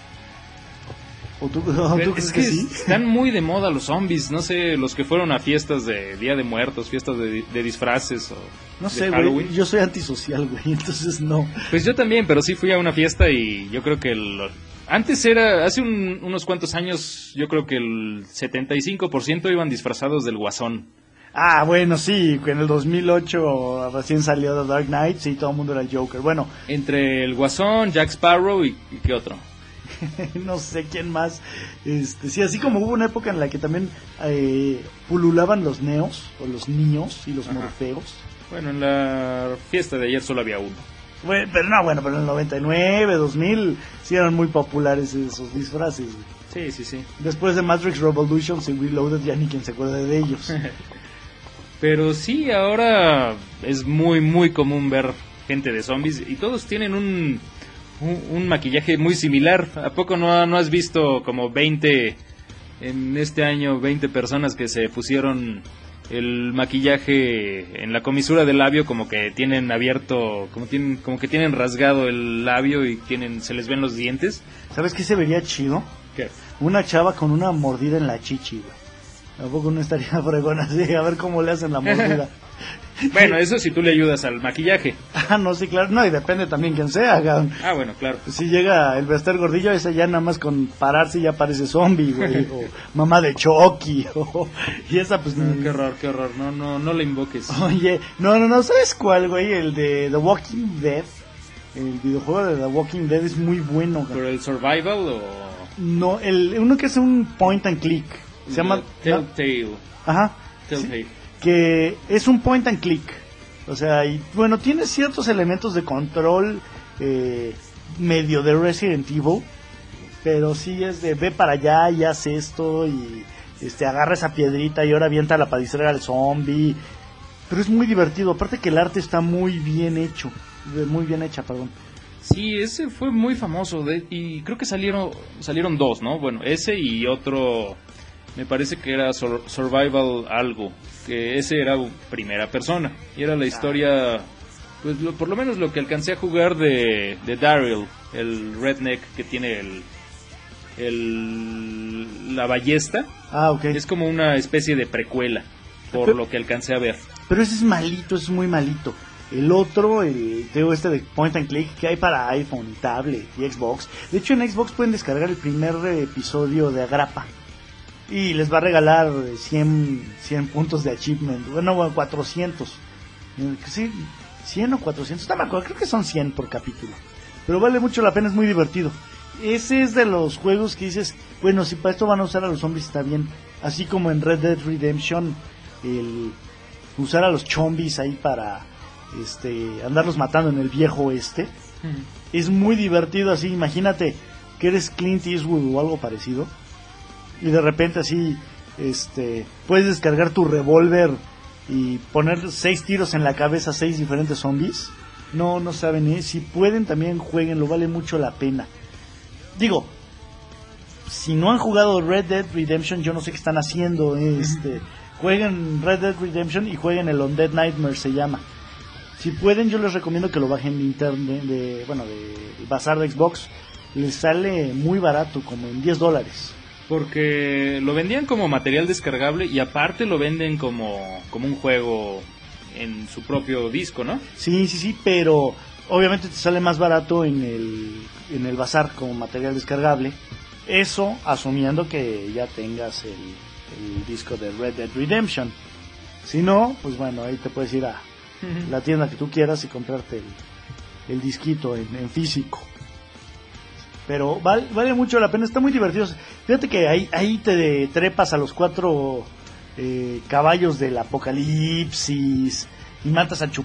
¿O tú, o tú crees es que, que sí? Están muy de moda los zombies, no sé, los que fueron a fiestas de Día de Muertos, fiestas de, de disfraces o No de sé, Halloween. güey, yo soy antisocial, güey, entonces no. Pues yo también, pero sí fui a una fiesta y yo creo que el, antes era, hace un, unos cuantos años, yo creo que el setenta y cinco por ciento iban disfrazados del Guasón. Ah, bueno, sí, en el dos mil ocho recién salió The Dark Knight, sí, todo el mundo era el Joker. Bueno, Entre el Guasón, Jack Sparrow y, y ¿qué otro? no sé quién más. Este, sí, así como hubo una época en la que también eh, pululaban los neos, o los niños y los Ajá. morfeos. Bueno, en la fiesta de ayer solo había uno. Bueno, pero no, bueno, pero en el noventa y nueve, dos mil, sí eran muy populares esos disfraces. Güey. Sí, sí, sí. Después de Matrix Revolutions y Reloaded ya ni quien se acuerda de ellos. Pero sí, ahora es muy, muy común ver gente de zombies y todos tienen un, un, un maquillaje muy similar. ¿A poco no, no has visto como veinte en este año, veinte personas que se pusieron el maquillaje en la comisura del labio, como que tienen abierto, como tienen, como que tienen rasgado el labio y tienen, se les ven los dientes? ¿Sabes qué se vería chido? ¿Qué? Una chava con una mordida en la chichi, güey. Tampoco no estaría fregón así, a ver cómo le hacen la mordida. Bueno, eso si tú le ayudas al maquillaje. Ah, no, sí, claro. No, y depende también quién sea. Cabrón. Ah, bueno, claro. Si llega el Bester Gordillo, ese ya nada más con pararse ya parece zombie, güey. O mamá de Chucky. O, y esa pues... No, qué horror, qué horror. No, no, no le invoques. Oye, no, no, no, ¿sabes cuál, güey? El de The Walking Dead. El videojuego de The Walking Dead es muy bueno, güey. ¿Pero el survival o...? No, el uno que es un point and click. Se llama... Telltale. Ajá. Telltale. Sí, que es un point and click. O sea, y bueno, tiene ciertos elementos de control eh, medio de Resident Evil, pero sí es de ve para allá y haz esto y este agarra esa piedrita y ahora aviéntala para distraer al zombie. Pero es muy divertido, aparte que el arte está muy bien hecho, muy bien hecha, perdón. Sí, ese fue muy famoso de, y creo que salieron salieron dos, ¿no? Bueno, ese y otro, me parece que era sur, Survival algo, que ese era primera persona y era la historia, pues lo, por lo menos lo que alcancé a jugar de, de Daryl, el redneck que tiene el, el la ballesta. Ah, ok. Es como una especie de precuela, por pero, lo que alcancé a ver. Pero ese es malito, ese es muy malito. El otro, el teo este de Point and Click que hay para iPhone, tablet y Xbox. De hecho en Xbox pueden descargar el primer episodio de Agrapa y les va a regalar cien, cien puntos de achievement. Bueno, cuatrocientos. Sí, cien o cuatrocientos, no me acuerdo, creo que son cien por capítulo. Pero vale mucho la pena, es muy divertido. Ese es de los juegos que dices, bueno, si para esto van a usar a los zombies está bien. Así como en Red Dead Redemption, el usar a los zombies ahí para este andarlos matando en el viejo oeste. Mm. Es muy divertido así, imagínate que eres Clint Eastwood o algo parecido. Y de repente así, este, puedes descargar tu revólver y poner seis tiros en la cabeza a seis diferentes zombies. No, no saben, ¿eh? Si pueden también jueguenlo, vale mucho la pena. Digo, si no han jugado Red Dead Redemption, yo no sé qué están haciendo. Este, jueguen Red Dead Redemption y jueguen el Undead Nightmare, se llama. Si pueden, yo les recomiendo que lo bajen de internet, de, bueno, de bazar de Xbox. Les sale muy barato, como en diez dólares. Porque lo vendían como material descargable y aparte lo venden como, como un juego en su propio disco, ¿no? Sí, sí, sí, pero obviamente te sale más barato en el, en el bazar como material descargable. Eso asumiendo que ya tengas el, el disco de Red Dead Redemption. Si no, pues bueno, ahí te puedes ir a la tienda que tú quieras y comprarte el, el disquito en, en físico. Pero vale, vale mucho la pena, está muy divertido. Fíjate que ahí, ahí te trepas a los cuatro eh, caballos del apocalipsis y matas a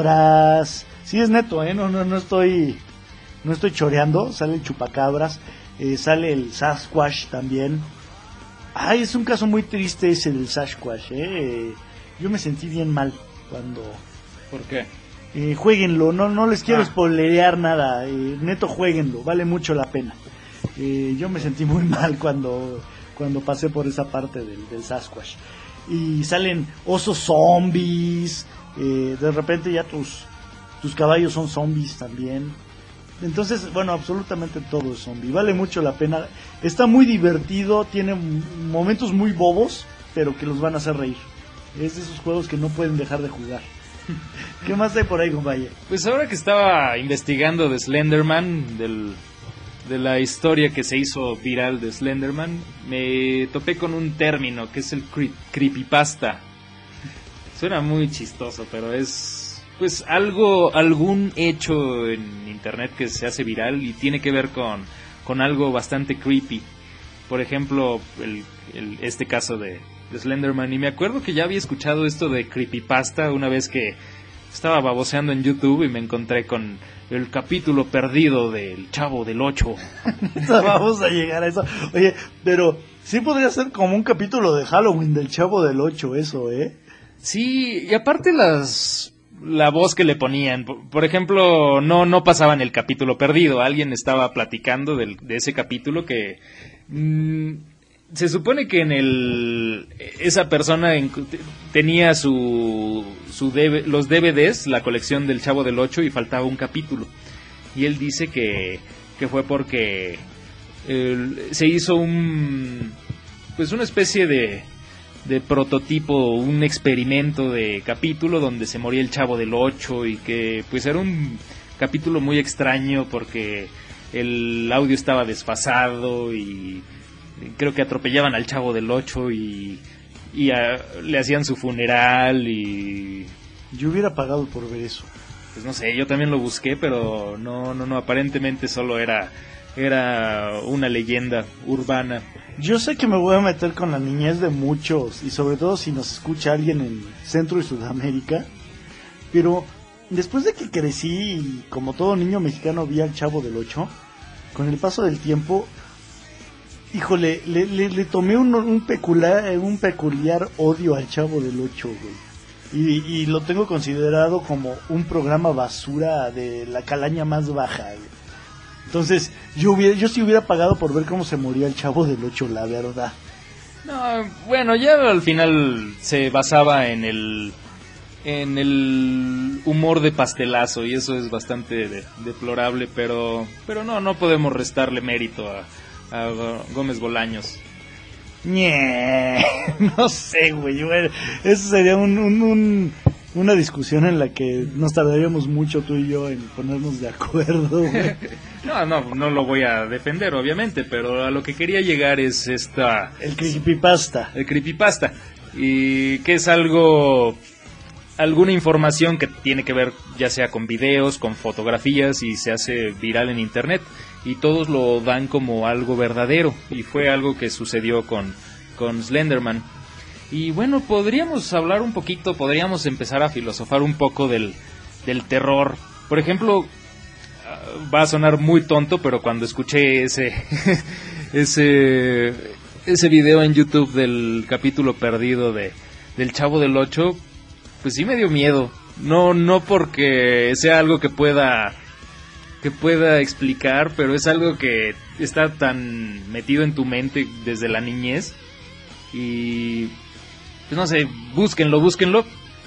chupacabras. Sí, es neto, ¿eh? No, no, no estoy, no estoy choreando, salen chupacabras. eh, sale el Sasquatch también. Ay, es un caso muy triste ese del Sasquatch, eh. Yo me sentí bien mal cuando... ¿Por qué? Eh, jueguenlo, no, no les quiero Ah. spoilerear nada, eh, neto jueguenlo, vale mucho la pena. Eh, yo me sentí muy mal cuando, cuando pasé por esa parte del, del Sasquatch. Y salen osos zombies, eh, de repente ya tus, tus caballos son zombies también. Entonces, bueno, absolutamente todo es zombie, vale mucho la pena. Está muy divertido, tiene momentos muy bobos, pero que los van a hacer reír. Es de esos juegos que no pueden dejar de jugar. ¿Qué más hay por ahí, compañero? Pues ahora que estaba investigando de Slenderman, del, de la historia que se hizo viral de Slenderman, me topé con un término que es el cre- creepypasta. Suena muy chistoso, pero es pues algo, algún hecho en internet que se hace viral y tiene que ver con, con algo bastante creepy. Por ejemplo, el, el, este caso de... de Slenderman, y me acuerdo que ya había escuchado esto de creepypasta una vez que estaba baboseando en YouTube y me encontré con el capítulo perdido del Chavo del Ocho. Vamos a llegar a eso. Oye, pero sí podría ser como un capítulo de Halloween del Chavo del Ocho eso, ¿eh? Sí, y aparte las la voz que le ponían, por, por ejemplo, no no pasaban el capítulo perdido, alguien estaba platicando del, de ese capítulo que mmm, se supone que en el esa persona en, tenía su su D V, los D V Ds, la colección del Chavo del Ocho, y faltaba un capítulo. Y él dice que que fue porque el, se hizo un pues una especie de de prototipo, un experimento de capítulo donde se moría el Chavo del Ocho y que pues era un capítulo muy extraño porque el audio estaba desfasado y creo que atropellaban al Chavo del Ocho y, y a, le hacían su funeral y... Yo hubiera pagado por ver eso. Pues no sé, yo también lo busqué, pero no, no, no, aparentemente solo era, era una leyenda urbana. Yo sé que me voy a meter con la niñez de muchos, y sobre todo si nos escucha alguien en Centro y Sudamérica, pero después de que crecí y como todo niño mexicano vi al Chavo del Ocho, con el paso del tiempo... Híjole, le, le, le tomé un, un, peculiar, un peculiar odio al Chavo del Ocho, güey. Y, y lo tengo considerado como un programa basura de la calaña más baja, güey. Entonces, yo hubiera, yo sí hubiera pagado por ver cómo se moría el Chavo del Ocho, la verdad. No, bueno, ya al final se basaba en el en el humor de pastelazo y eso es bastante de, deplorable, pero pero no, no podemos restarle mérito a a Gómez Bolaños. Ñe, no sé, güey. Bueno, eso sería un, un, un, una discusión en la que nos tardaríamos mucho tú y yo en ponernos de acuerdo, güey. No, no, no lo voy a defender, obviamente, pero a lo que quería llegar es esta... El creepypasta. El creepypasta. Y que es algo... alguna información que tiene que ver ya sea con videos, con fotografías y se hace viral en internet. Y todos lo dan como algo verdadero. Y fue algo que sucedió con, con Slenderman. Y bueno, podríamos hablar un poquito, podríamos empezar a filosofar un poco del, del terror. Por ejemplo, va a sonar muy tonto, pero cuando escuché ese, ese, ese video en YouTube del capítulo perdido de, del Chavo del Ocho, pues sí me dio miedo. No, no porque sea algo que pueda... que pueda explicar, pero es algo que está tan metido en tu mente desde la niñez y pues no sé, búsquenlo, búsquenlo.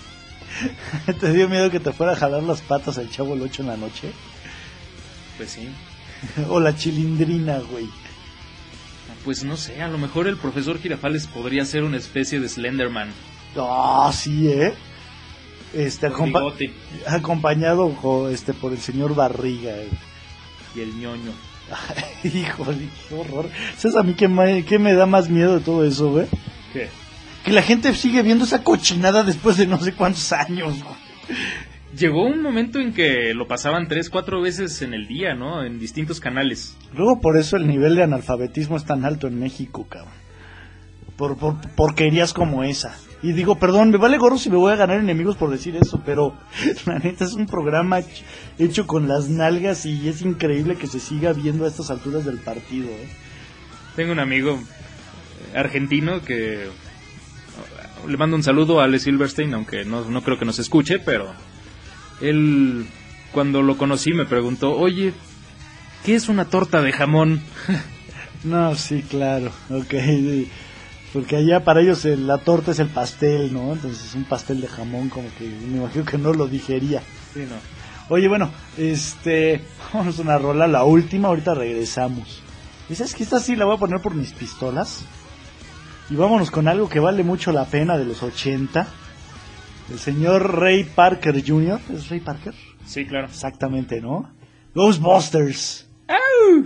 ¿Te dio miedo que te fuera a jalar las patas el Chavo del Ocho en la noche? Pues sí. O la chilindrina, güey. Pues no sé, a lo mejor el profesor Girafales podría ser una especie de Slenderman. Ah, oh, sí, eh. Este, acompa bigote. acompañado con, este, por el señor Barriga, eh. Y el ñoño. Híjole, qué horror. ¿Sabes a mí qué me, qué me da más miedo de todo eso, güey? ¿Qué? Que la gente sigue viendo esa cochinada después de no sé cuántos años, güey. Llegó un momento en que lo pasaban tres, cuatro veces en el día, ¿no? En distintos canales. Luego por eso el nivel de analfabetismo es tan alto en México, cabrón. Por, por porquerías como esa. Y digo, perdón, me vale gorro si me voy a ganar enemigos por decir eso, pero la neta es un programa hecho con las nalgas y es increíble que se siga viendo a estas alturas del partido, ¿eh? Tengo un amigo argentino que le mando un saludo a Ale Silverstein, aunque no, no creo que nos escuche, pero él, cuando lo conocí, me preguntó, oye, ¿qué es una torta de jamón? No, sí, claro, ok, porque allá para ellos el, la torta es el pastel, ¿no? Entonces un pastel de jamón como que me imagino que no lo digería. Sí, no. Oye, bueno, este, vamos a una rola, la última, ahorita regresamos. ¿Y sabes que esta sí la voy a poner por mis pistolas? Y vámonos con algo que vale mucho la pena de los ochenta. El señor Ray Parker junior ¿Es Ray Parker? Sí, claro. Exactamente, ¿no? Ghostbusters. ¡Au!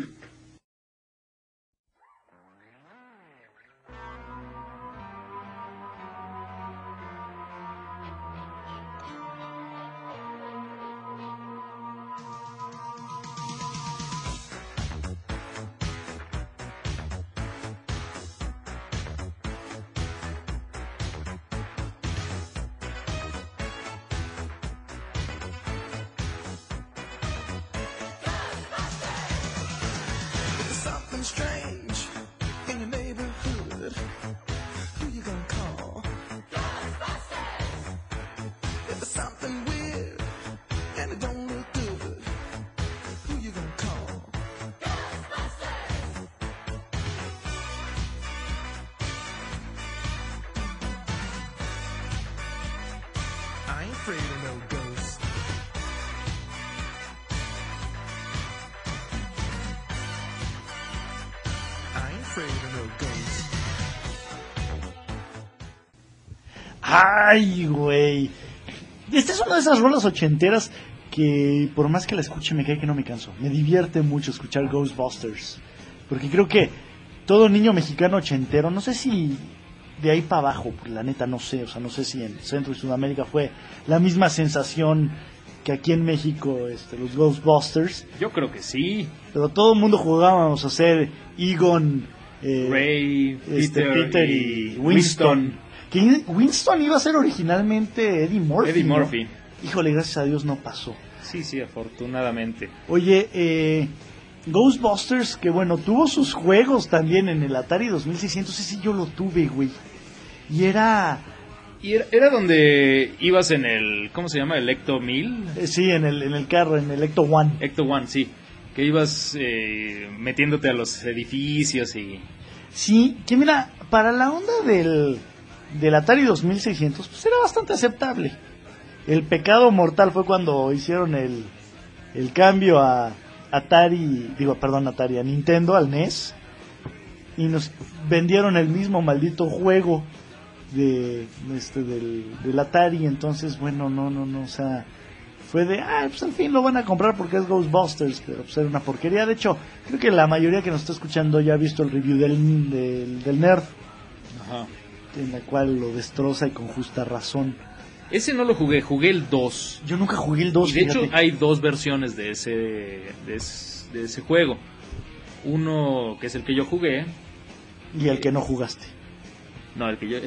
Strange in your neighborhood. Who you gonna call? Ghostbusters! If there's something weird and it don't look good, who you gonna call? Ghostbusters! I ain't afraid of no ghosts. Ay, güey. Esta es una de esas rolas ochenteras que por más que la escuche me cae que no me canso. Me divierte mucho escuchar Ghostbusters. Porque creo que todo niño mexicano ochentero, no sé si de ahí para abajo, la neta no sé, o sea, no sé si en Centro y Sudamérica fue la misma sensación que aquí en México, este, los Ghostbusters. Yo creo que sí. Pero todo el mundo jugábamos a ser Egon, eh, Ray, este, Peter, Peter y, y Winston. Winston. Que Winston iba a ser originalmente Eddie Murphy. Eddie Murphy. ¿No? Híjole, gracias a Dios no pasó. Sí, sí, afortunadamente. Oye, eh, Ghostbusters, que bueno, tuvo sus juegos también en el Atari dos mil seiscientos. Ese sí yo lo tuve, güey. Y era... Y era, era donde ibas en el... ¿Cómo se llama? ¿El Ecto mil? Eh, sí, en el, en el carro, en el Ecto One. Ecto One, sí. Que ibas eh, metiéndote a los edificios y... Sí, que mira, para la onda del... del Atari dos mil seiscientos, pues era bastante aceptable. El pecado mortal fue cuando hicieron el, el cambio a Atari, digo, perdón, Atari, a Nintendo, al N E S, y nos vendieron el mismo maldito juego de este del, del Atari. Entonces, bueno, no, no, no, o sea, fue de, ah, pues al fin lo van a comprar porque es Ghostbusters, pero pues era una porquería. De hecho, creo que la mayoría que nos está escuchando ya ha visto el review del, del, del Nerd. Ajá. En la cual lo destroza y con justa razón. Ese no lo jugué, jugué el dos. Yo nunca jugué el dos. Y de fíjate. Hecho hay dos versiones de ese, de ese de ese juego. Uno que es el que yo jugué. Y el que no jugaste. No, el que yo... el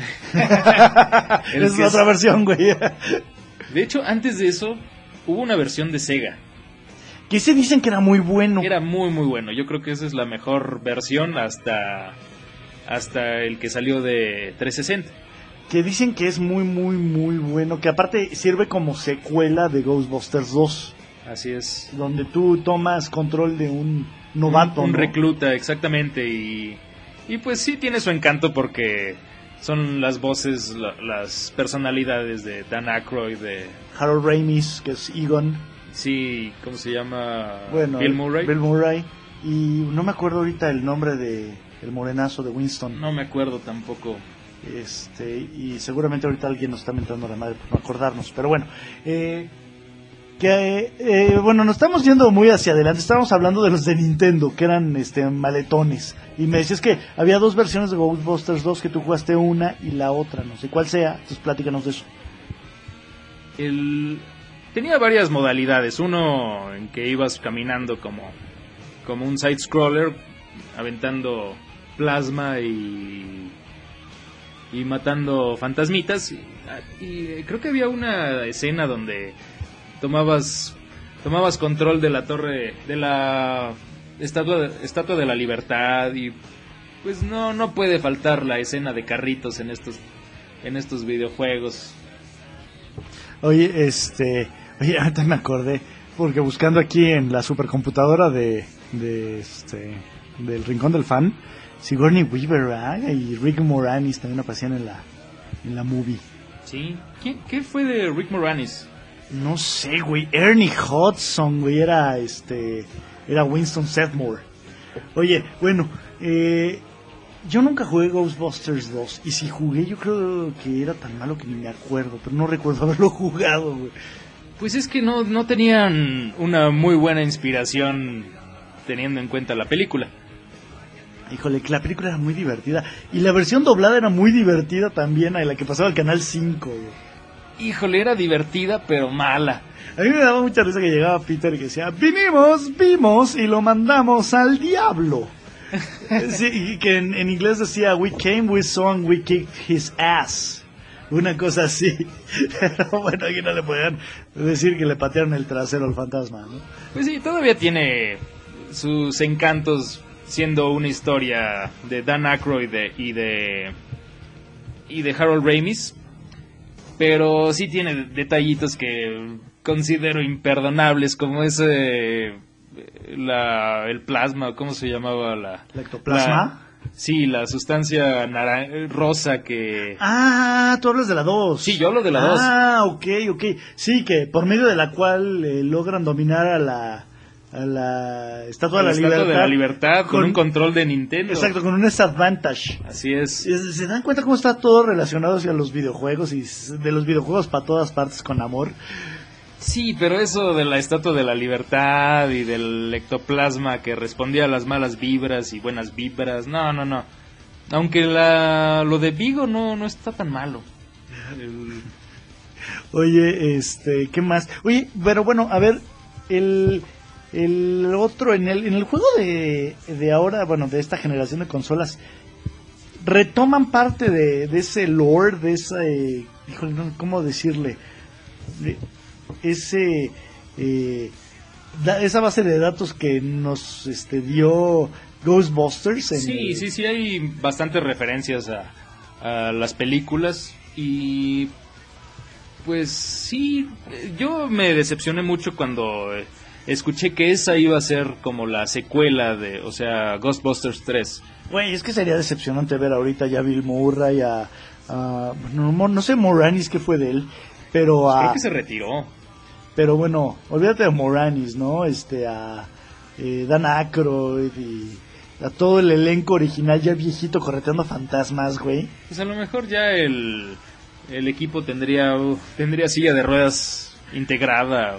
es que otra es... versión, güey. De hecho, antes de eso, hubo una versión de Sega. Que se dicen que era muy bueno. Era muy, muy bueno. Yo creo que esa es la mejor versión hasta... hasta el que salió de trescientos sesenta. Que dicen que es muy, muy, muy bueno. Que aparte sirve como secuela de Ghostbusters dos. Así es. Donde tú tomas control de un novato. Un, un ¿no? recluta, exactamente. Y, y pues sí tiene su encanto porque son las voces, la, las personalidades de Dan Aykroyd, de Harold Ramis, que es Egon. Sí, ¿cómo se llama? Bueno, Bill Murray. Bill Murray. Y no me acuerdo ahorita el nombre de... el morenazo de Winston. No me acuerdo tampoco. Este, y seguramente ahorita alguien nos está mentando la madre por no acordarnos. Pero bueno, eh, que eh, bueno, nos estamos yendo muy hacia adelante. Estábamos hablando de los de Nintendo, que eran este maletones. Y me decías que había dos versiones de Ghostbusters dos, que tú jugaste una y la otra, no sé cuál sea. Entonces platícanos de eso. El... Tenía varias modalidades. Uno en que ibas caminando como, como un side-scroller, aventando plasma y y matando fantasmitas. Y, y creo que había una escena donde tomabas tomabas control de la torre, de la estatua, estatua de la libertad, y pues no no puede faltar la escena de carritos en estos en estos videojuegos. Oye, este, oye, ahorita me acordé, porque buscando aquí en la supercomputadora de, de este, del Rincón del Fan, Sigourney Weaver, ¿verdad? Y Rick Moranis también aparecían en la, en la movie. Sí. ¿Quién, ¿Qué fue de Rick Moranis? No sé, güey, Ernie Hudson, güey, era este, era Winston Sedmore. Oye, bueno, eh, yo nunca jugué Ghostbusters dos, y si jugué yo creo que era tan malo que ni me acuerdo, pero no recuerdo haberlo jugado, güey. Pues es que no, no tenían una muy buena inspiración teniendo en cuenta la película. Híjole, que la película era muy divertida, y la versión doblada era muy divertida también, a la que pasaba al Canal cinco, güey. Híjole, era divertida pero mala. A mí me daba mucha risa que llegaba Peter y que decía, vinimos, vimos y lo mandamos al diablo. Sí, y que en, en inglés decía, we came, we saw and we kicked his ass. Una cosa así. Pero bueno, aquí no le podían decir que le patearon el trasero al fantasma, ¿no? Pues sí, todavía tiene sus encantos siendo una historia de Dan Aykroyd de, y de y de Harold Ramis, pero sí tiene detallitos que considero imperdonables, como ese la el plasma, ¿cómo se llamaba la? ¿La ectoplasma? La, sí, la sustancia naran- rosa que... Ah, tú hablas de la dos. Sí, yo hablo de la dos. Ah, ok, ok. Sí, que por medio de la cual eh, logran dominar a la a la Estatua, la de, la Estatua libertad, de la Libertad con, con un control de Nintendo. Exacto, con un S-Advantage. Así es. ¿Se dan cuenta cómo está todo relacionado hacia los videojuegos y de los videojuegos para todas partes con amor? Sí, pero eso de la Estatua de la Libertad y del ectoplasma que respondía a las malas vibras y buenas vibras, no, no, no. Aunque la lo de Vigo no no está tan malo. El... Oye, este, ¿qué más? Oye, pero bueno, a ver, el el otro en el en el juego de de ahora, bueno, de esta generación de consolas, retoman parte de, de ese lore, de ese, híjole, no, ¿cómo decirle? De, ese eh, da, esa base de datos que nos este dio Ghostbusters en sí el... sí sí hay bastantes referencias a, a las películas, y pues sí, yo me decepcioné mucho cuando escuché que esa iba a ser como la secuela de, o sea, Ghostbusters tres. Güey, es que sería decepcionante ver ahorita ya a Bill Murray, a, a no, no sé Moranis qué fue de él, pero a... Creo que se retiró. Pero bueno, olvídate de Moranis, ¿no? Este, a eh, Dan Aykroyd y a todo el elenco original ya viejito correteando fantasmas, güey. Pues a lo mejor ya el, el equipo tendría uh, tendría silla de ruedas integrada.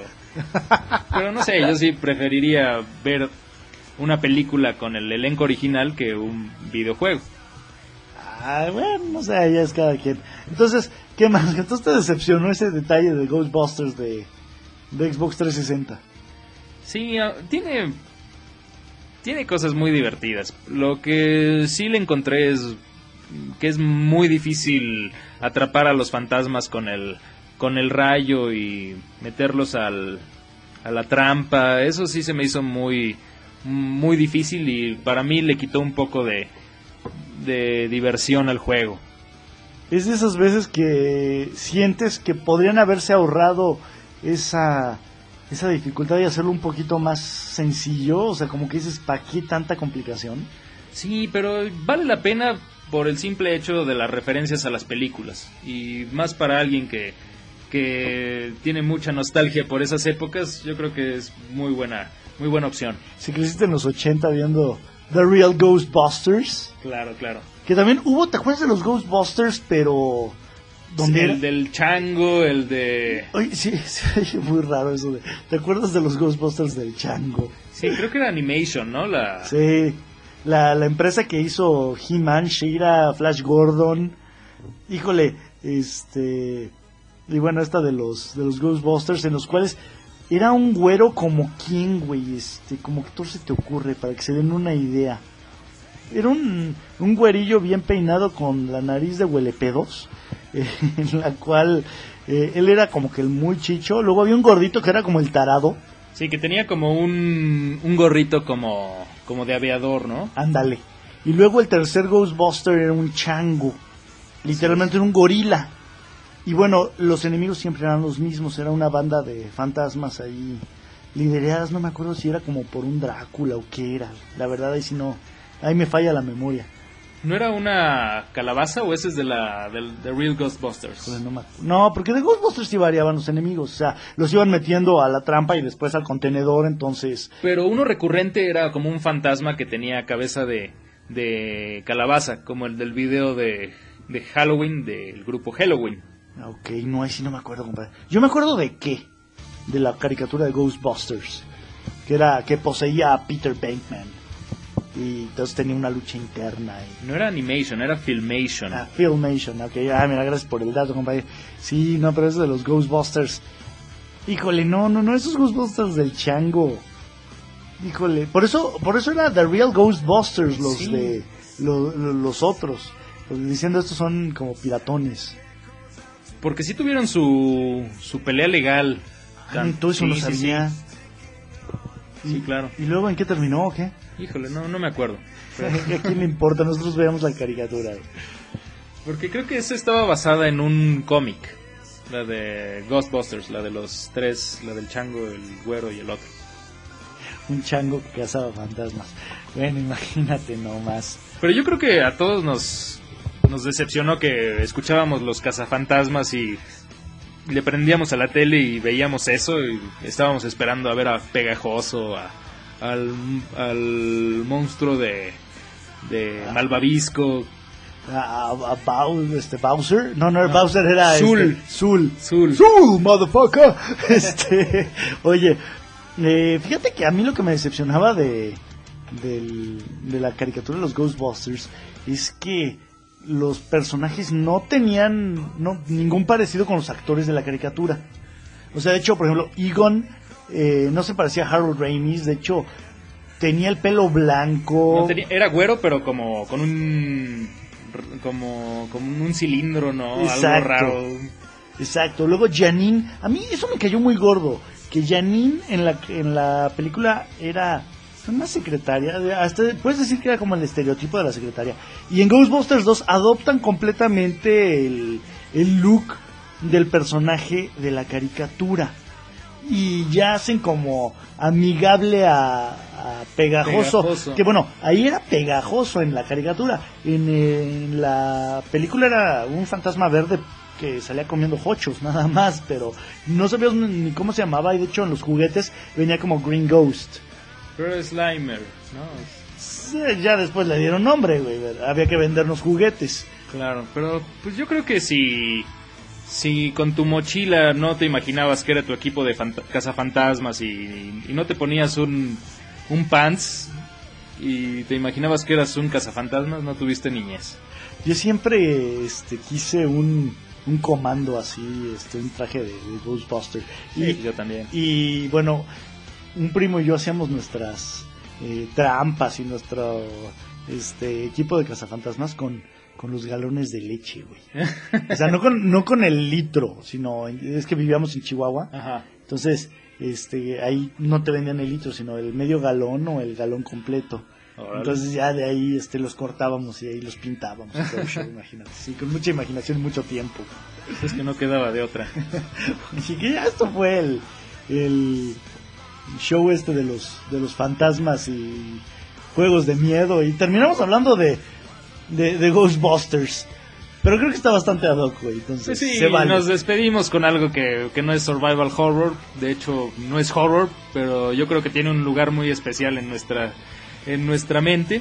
Pero no sé, yo sí preferiría ver una película con el elenco original que un videojuego. Ah, bueno, no sé, ya es cada quien. Entonces, ¿qué más? Entonces te decepcionó ese detalle de Ghostbusters de... de Xbox trescientos sesenta. Sí, uh, tiene tiene cosas muy divertidas. Lo que sí le encontré es que es muy difícil atrapar a los fantasmas con el con el rayo y meterlos al a la trampa. Eso sí se me hizo muy muy difícil, y para mí le quitó un poco de de diversión al juego. Es de esas veces que sientes que podrían haberse ahorrado esa esa dificultad y hacerlo un poquito más sencillo, o sea, como que dices, ¿para qué tanta complicación? Sí, pero vale la pena por el simple hecho de las referencias a las películas, y más para alguien que que tiene mucha nostalgia por esas épocas, yo creo que es muy buena muy buena opción. Si creciste en los ochenta viendo The Real Ghostbusters, Claro, claro. que también hubo, ¿te acuerdas de los Ghostbusters, pero ¿dónde Sí, era? el del chango, el de... Oye, sí, sí, muy raro eso de... ¿Te acuerdas de los Ghostbusters del chango? Sí, creo que era Animation, ¿no? La... Sí, la, la empresa que hizo He-Man, She-Ra, Flash Gordon, híjole, este... y bueno, esta de los de los Ghostbusters, en los cuales era un güero como quién, güey, este, como que todo se te ocurre, para que se den una idea. era un, un güerillo bien peinado con la nariz de huelepedos, eh, en la cual eh, él era como que el muy chicho. Luego había un gordito que era como el tarado. Sí, que tenía como un, un gorrito como, como de aviador, ¿no? Ándale. Y luego el tercer Ghostbuster era un chango. Literalmente era un gorila. Y bueno, los enemigos siempre eran los mismos. Era una banda de fantasmas ahí lideradas. No me acuerdo si era como por un Drácula o qué era. La verdad ahí sí no... Ahí me falla la memoria. ¿No era una calabaza o ese es de la del The Real Ghostbusters? Pues no, me acu- no, porque de Ghostbusters sí variaban los enemigos. O sea, los iban metiendo a la trampa y después al contenedor, entonces... Pero uno recurrente era como un fantasma que tenía cabeza de, de calabaza, como el del video de, de Halloween, del grupo Halloween. Ok, no, ahí sí no me acuerdo, compadre. Yo me acuerdo de qué, de la caricatura de Ghostbusters, que era que poseía a Peter Bankman. Y entonces tenía una lucha interna. Y... No era Animation, era Filmation. Ah, Filmation, ok. Ah, mira, gracias por el dato, compadre. Sí, no, pero eso de los Ghostbusters. Híjole, no, no, no, esos Ghostbusters del chango. Híjole, por eso, por eso era The Real Ghostbusters, los Sí. de lo- lo- los otros. Pues diciendo estos son como piratones. Porque sí tuvieron su, su pelea legal. Ay, todo eso Sí, lo sí, sabía. Sí, sí, claro. ¿Y luego en qué terminó o qué? Híjole, no, no me acuerdo. Pero- ¿A quién le importa? Nosotros veamos la caricatura. porque creo que esa estaba basada en un cómic. La de Ghostbusters, la de los tres, la del chango, el güero y el otro. Un chango que cazaba fantasmas. Bueno, imagínate nomás. Pero yo creo que a todos nos, nos decepcionó que escuchábamos los cazafantasmas y le prendíamos a la tele y veíamos eso y estábamos esperando a ver a Pegajoso, a, al, al monstruo de, de Malvavisco, A, a, a Bau- este, Bowser. No, no era Bowser, era Zul. este, Zul. Zul. Zul, motherfucker. Este, oye, eh, fíjate que a mí lo que me decepcionaba de, del- de la caricatura de los Ghostbusters es que los personajes no tenían no, ningún parecido con los actores de la caricatura. O sea, de hecho, por ejemplo, Egon eh, no se parecía a Harold Ramis. De hecho, tenía el pelo blanco. No tenía- era güero pero como con un como, como un cilindro, ¿no? Exacto. Algo raro. Exacto. Luego Janine, a mí eso me cayó muy gordo, que Janine en la en la película era una secretaria, de- hasta puedes decir que era como el estereotipo de la secretaria. Y en Ghostbusters dos adoptan completamente el, el look del personaje de la caricatura. Y ya hacen como amigable a, a pegajoso, Pegajoso. que bueno, ahí era Pegajoso en la caricatura. En, en la película era un fantasma verde que salía comiendo hochos nada más, pero no sabíamos ni cómo se llamaba. Y de hecho en los juguetes venía como Green Ghost. Pero es Slimer, ¿no? Sí, ya después le dieron nombre, güey. Había que vendernos juguetes. Claro, pero pues yo creo que si si con tu mochila no te imaginabas que era tu equipo de fant- cazafantasmas y, y no te ponías un, un pants y te imaginabas que eras un cazafantasmas, no tuviste niñez. Yo siempre este, quise un, un comando así, este, un traje de, de Ghostbuster. Y, Sí, yo también. y bueno, un primo y yo hacíamos nuestras eh, trampas y nuestro este, equipo de cazafantasmas con, con los galones de leche, güey. O sea, no con, no con el litro, sino es que vivíamos en Chihuahua. Ajá. Entonces, este, ahí no te vendían el litro, sino el medio galón o el galón completo. Órale. Entonces ya de ahí este, los cortábamos y ahí los pintábamos. y todo el show, imagínate. Sí, con mucha imaginación y mucho tiempo. Es que no quedaba de otra. Así que ya esto fue el, el show este de los, de los fantasmas y juegos de miedo. Y terminamos hablando de, de, de Ghostbusters. Pero creo que está bastante ad hoc, güey. Entonces, Pues sí, se vale. nos despedimos con algo que, que no es survival horror. De hecho, no es horror, pero yo creo que tiene un lugar muy especial en nuestra, en nuestra mente.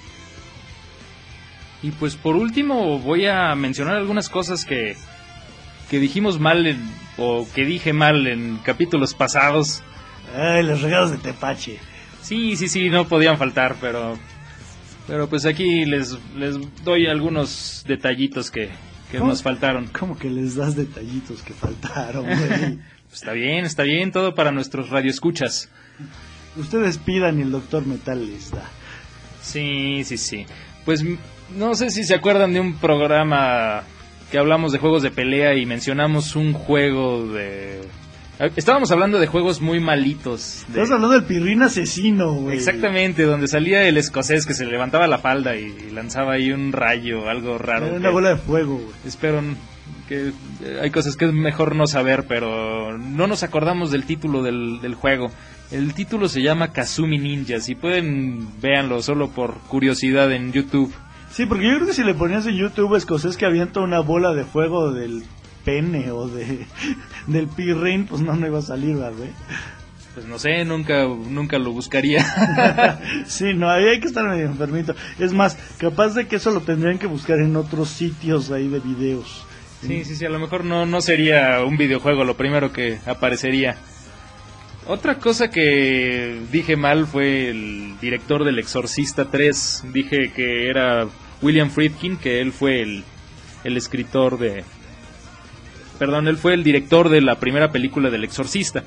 Y pues por último voy a mencionar algunas cosas que, que dijimos mal en, o que dije mal en capítulos pasados. Ay, los regalos de Tepache. Sí, sí, sí, no podían faltar, pero pero pues aquí les, les doy algunos detallitos que, que ¿Cómo? nos faltaron. Como que les das detallitos que faltaron, güey. Está bien, está bien, todo para nuestros radioescuchas. Ustedes pidan y el doctor Metal les da. Sí, sí, sí. Pues no sé si se acuerdan de un programa que hablamos de juegos de pelea y mencionamos un juego de... Estábamos hablando de juegos muy malitos. De... Estás hablando del Pirrín Asesino, güey. Exactamente, donde salía el escocés que se levantaba la falda y lanzaba ahí un rayo, algo raro. Era una que... bola de fuego, güey. Espero que... Hay cosas que es mejor no saber, pero no nos acordamos del título del, del juego. El título se llama Kazumi Ninja. Si pueden, véanlo solo por curiosidad en YouTube. Sí, porque yo creo que si le ponías en YouTube escocés que avienta una bola de fuego del pene o de del pirrín, pues no, no iba a salir, ¿verdad, güey? Pues no sé, nunca nunca lo buscaría. Sí, no, ahí hay que estar medio enfermito. Es más, capaz de que eso lo tendrían que buscar en otros sitios ahí de videos. Sí, sí, sí, a lo mejor no, no sería un videojuego lo primero que aparecería. Otra cosa que dije mal fue el director del Exorcista tres. Dije que era William Friedkin, que él fue el, el escritor de... Perdón, él fue el director de la primera película del Exorcista.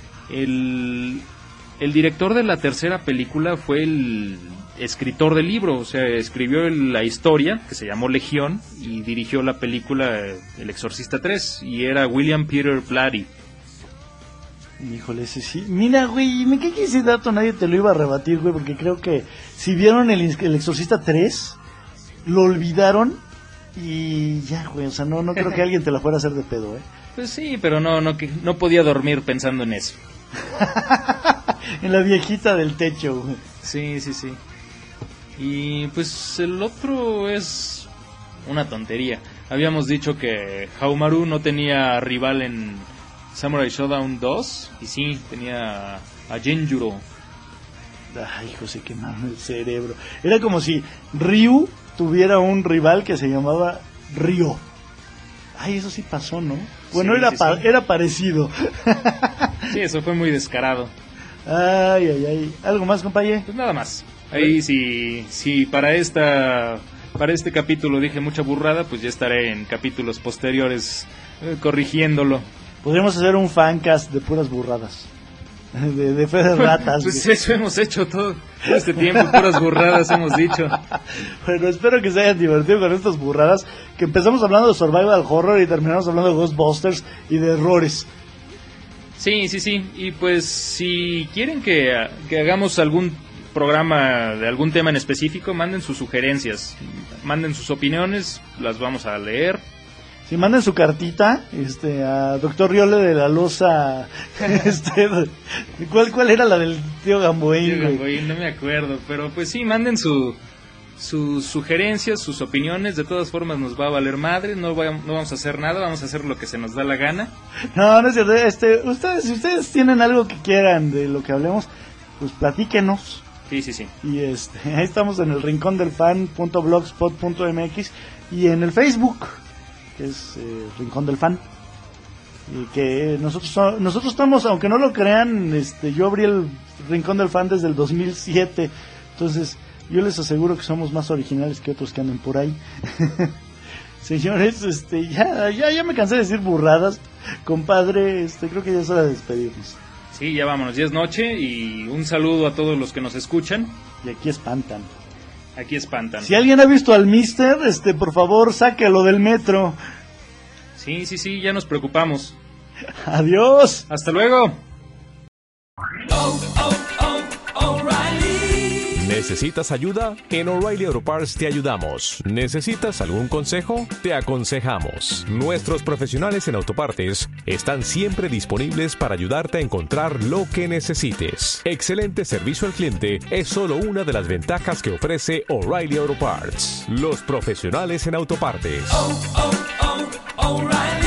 El, el director de la tercera película fue el escritor del libro, o sea, escribió la historia, que se llamó Legión, y dirigió la película El Exorcista tres, y era William Peter Blatty. Híjole, ese sí. Mira, güey, me cae que ese dato nadie te lo iba a rebatir, güey, porque creo que si vieron el, el Exorcista tres, lo olvidaron y ya, güey, o sea, no, no creo que alguien te la fuera a hacer de pedo, ¿eh? Pues sí, pero no, no, que no podía dormir pensando en eso. En la viejita del techo, güey. Sí, sí, sí. Y pues el otro es una tontería. Habíamos dicho que Haohmaru no tenía rival en Samurai Shodown dos, y sí, tenía a Genjuro. Ay, José, qué malo el cerebro. Era como si Ryu tuviera un rival que se llamaba Ryo. Ay, eso sí pasó, ¿no? Bueno, Sí, era, sí, pa- sí. era parecido. Sí, eso fue muy descarado. Ay, ay, ay. ¿Algo más, compañero? Pues nada más. Ahí si, si para esta para este capítulo dije mucha burrada, pues ya estaré en capítulos posteriores eh, corrigiéndolo. Podríamos hacer un fancast de puras burradas. De, de fe de ratas. Pues güey. eso hemos hecho todo, todo este tiempo, puras burradas hemos dicho. Bueno, espero que se hayan divertido con estas burradas. Que empezamos hablando de survival horror y terminamos hablando de Ghostbusters y de errores. Sí, sí, sí. Y pues si quieren que, que hagamos algún programa de algún tema en específico, manden sus sugerencias, manden sus opiniones, las vamos a leer. Si manden su cartita este, a doctor Riole de la Loza. Este, ¿cuál, ¿Cuál era la del tío Gamboín? Tío güey? Gamboín, no me acuerdo, pero pues sí, manden su, sus sugerencias, sus opiniones. De todas formas nos va a valer madre, no, va- no vamos a hacer nada, vamos a hacer lo que se nos da la gana. No, no es cierto. Este, ustedes, si ustedes tienen algo que quieran de lo que hablemos, pues platíquenos. Sí, sí, sí. Y este, ahí estamos en el rincón del fan punto blogspot punto m x y en el Facebook, que es eh, Rincón del Fan. Y que nosotros so- nosotros estamos, aunque no lo crean, este, yo abrí el Rincón del Fan desde el dos mil siete. Entonces, yo les aseguro que somos más originales que otros que andan por ahí. Señores, este, ya, ya, ya me cansé de decir burradas. Compadre, este, creo que ya es hora de despedirnos. Sí, ya vámonos, ya es noche y un saludo a todos los que nos escuchan. Y aquí espantan. Aquí espantan. Si alguien ha visto al Mister, este, por favor, sáquelo del metro. Sí, sí, sí, ya nos preocupamos. Adiós. Hasta luego. ¿Necesitas ayuda? En O'Reilly Auto Parts te ayudamos. ¿Necesitas algún consejo? Te aconsejamos. Nuestros profesionales en autopartes están siempre disponibles para ayudarte a encontrar lo que necesites. Excelente servicio al cliente es solo una de las ventajas que ofrece O'Reilly Auto Parts. Los profesionales en autopartes. oh, oh, O'Reilly.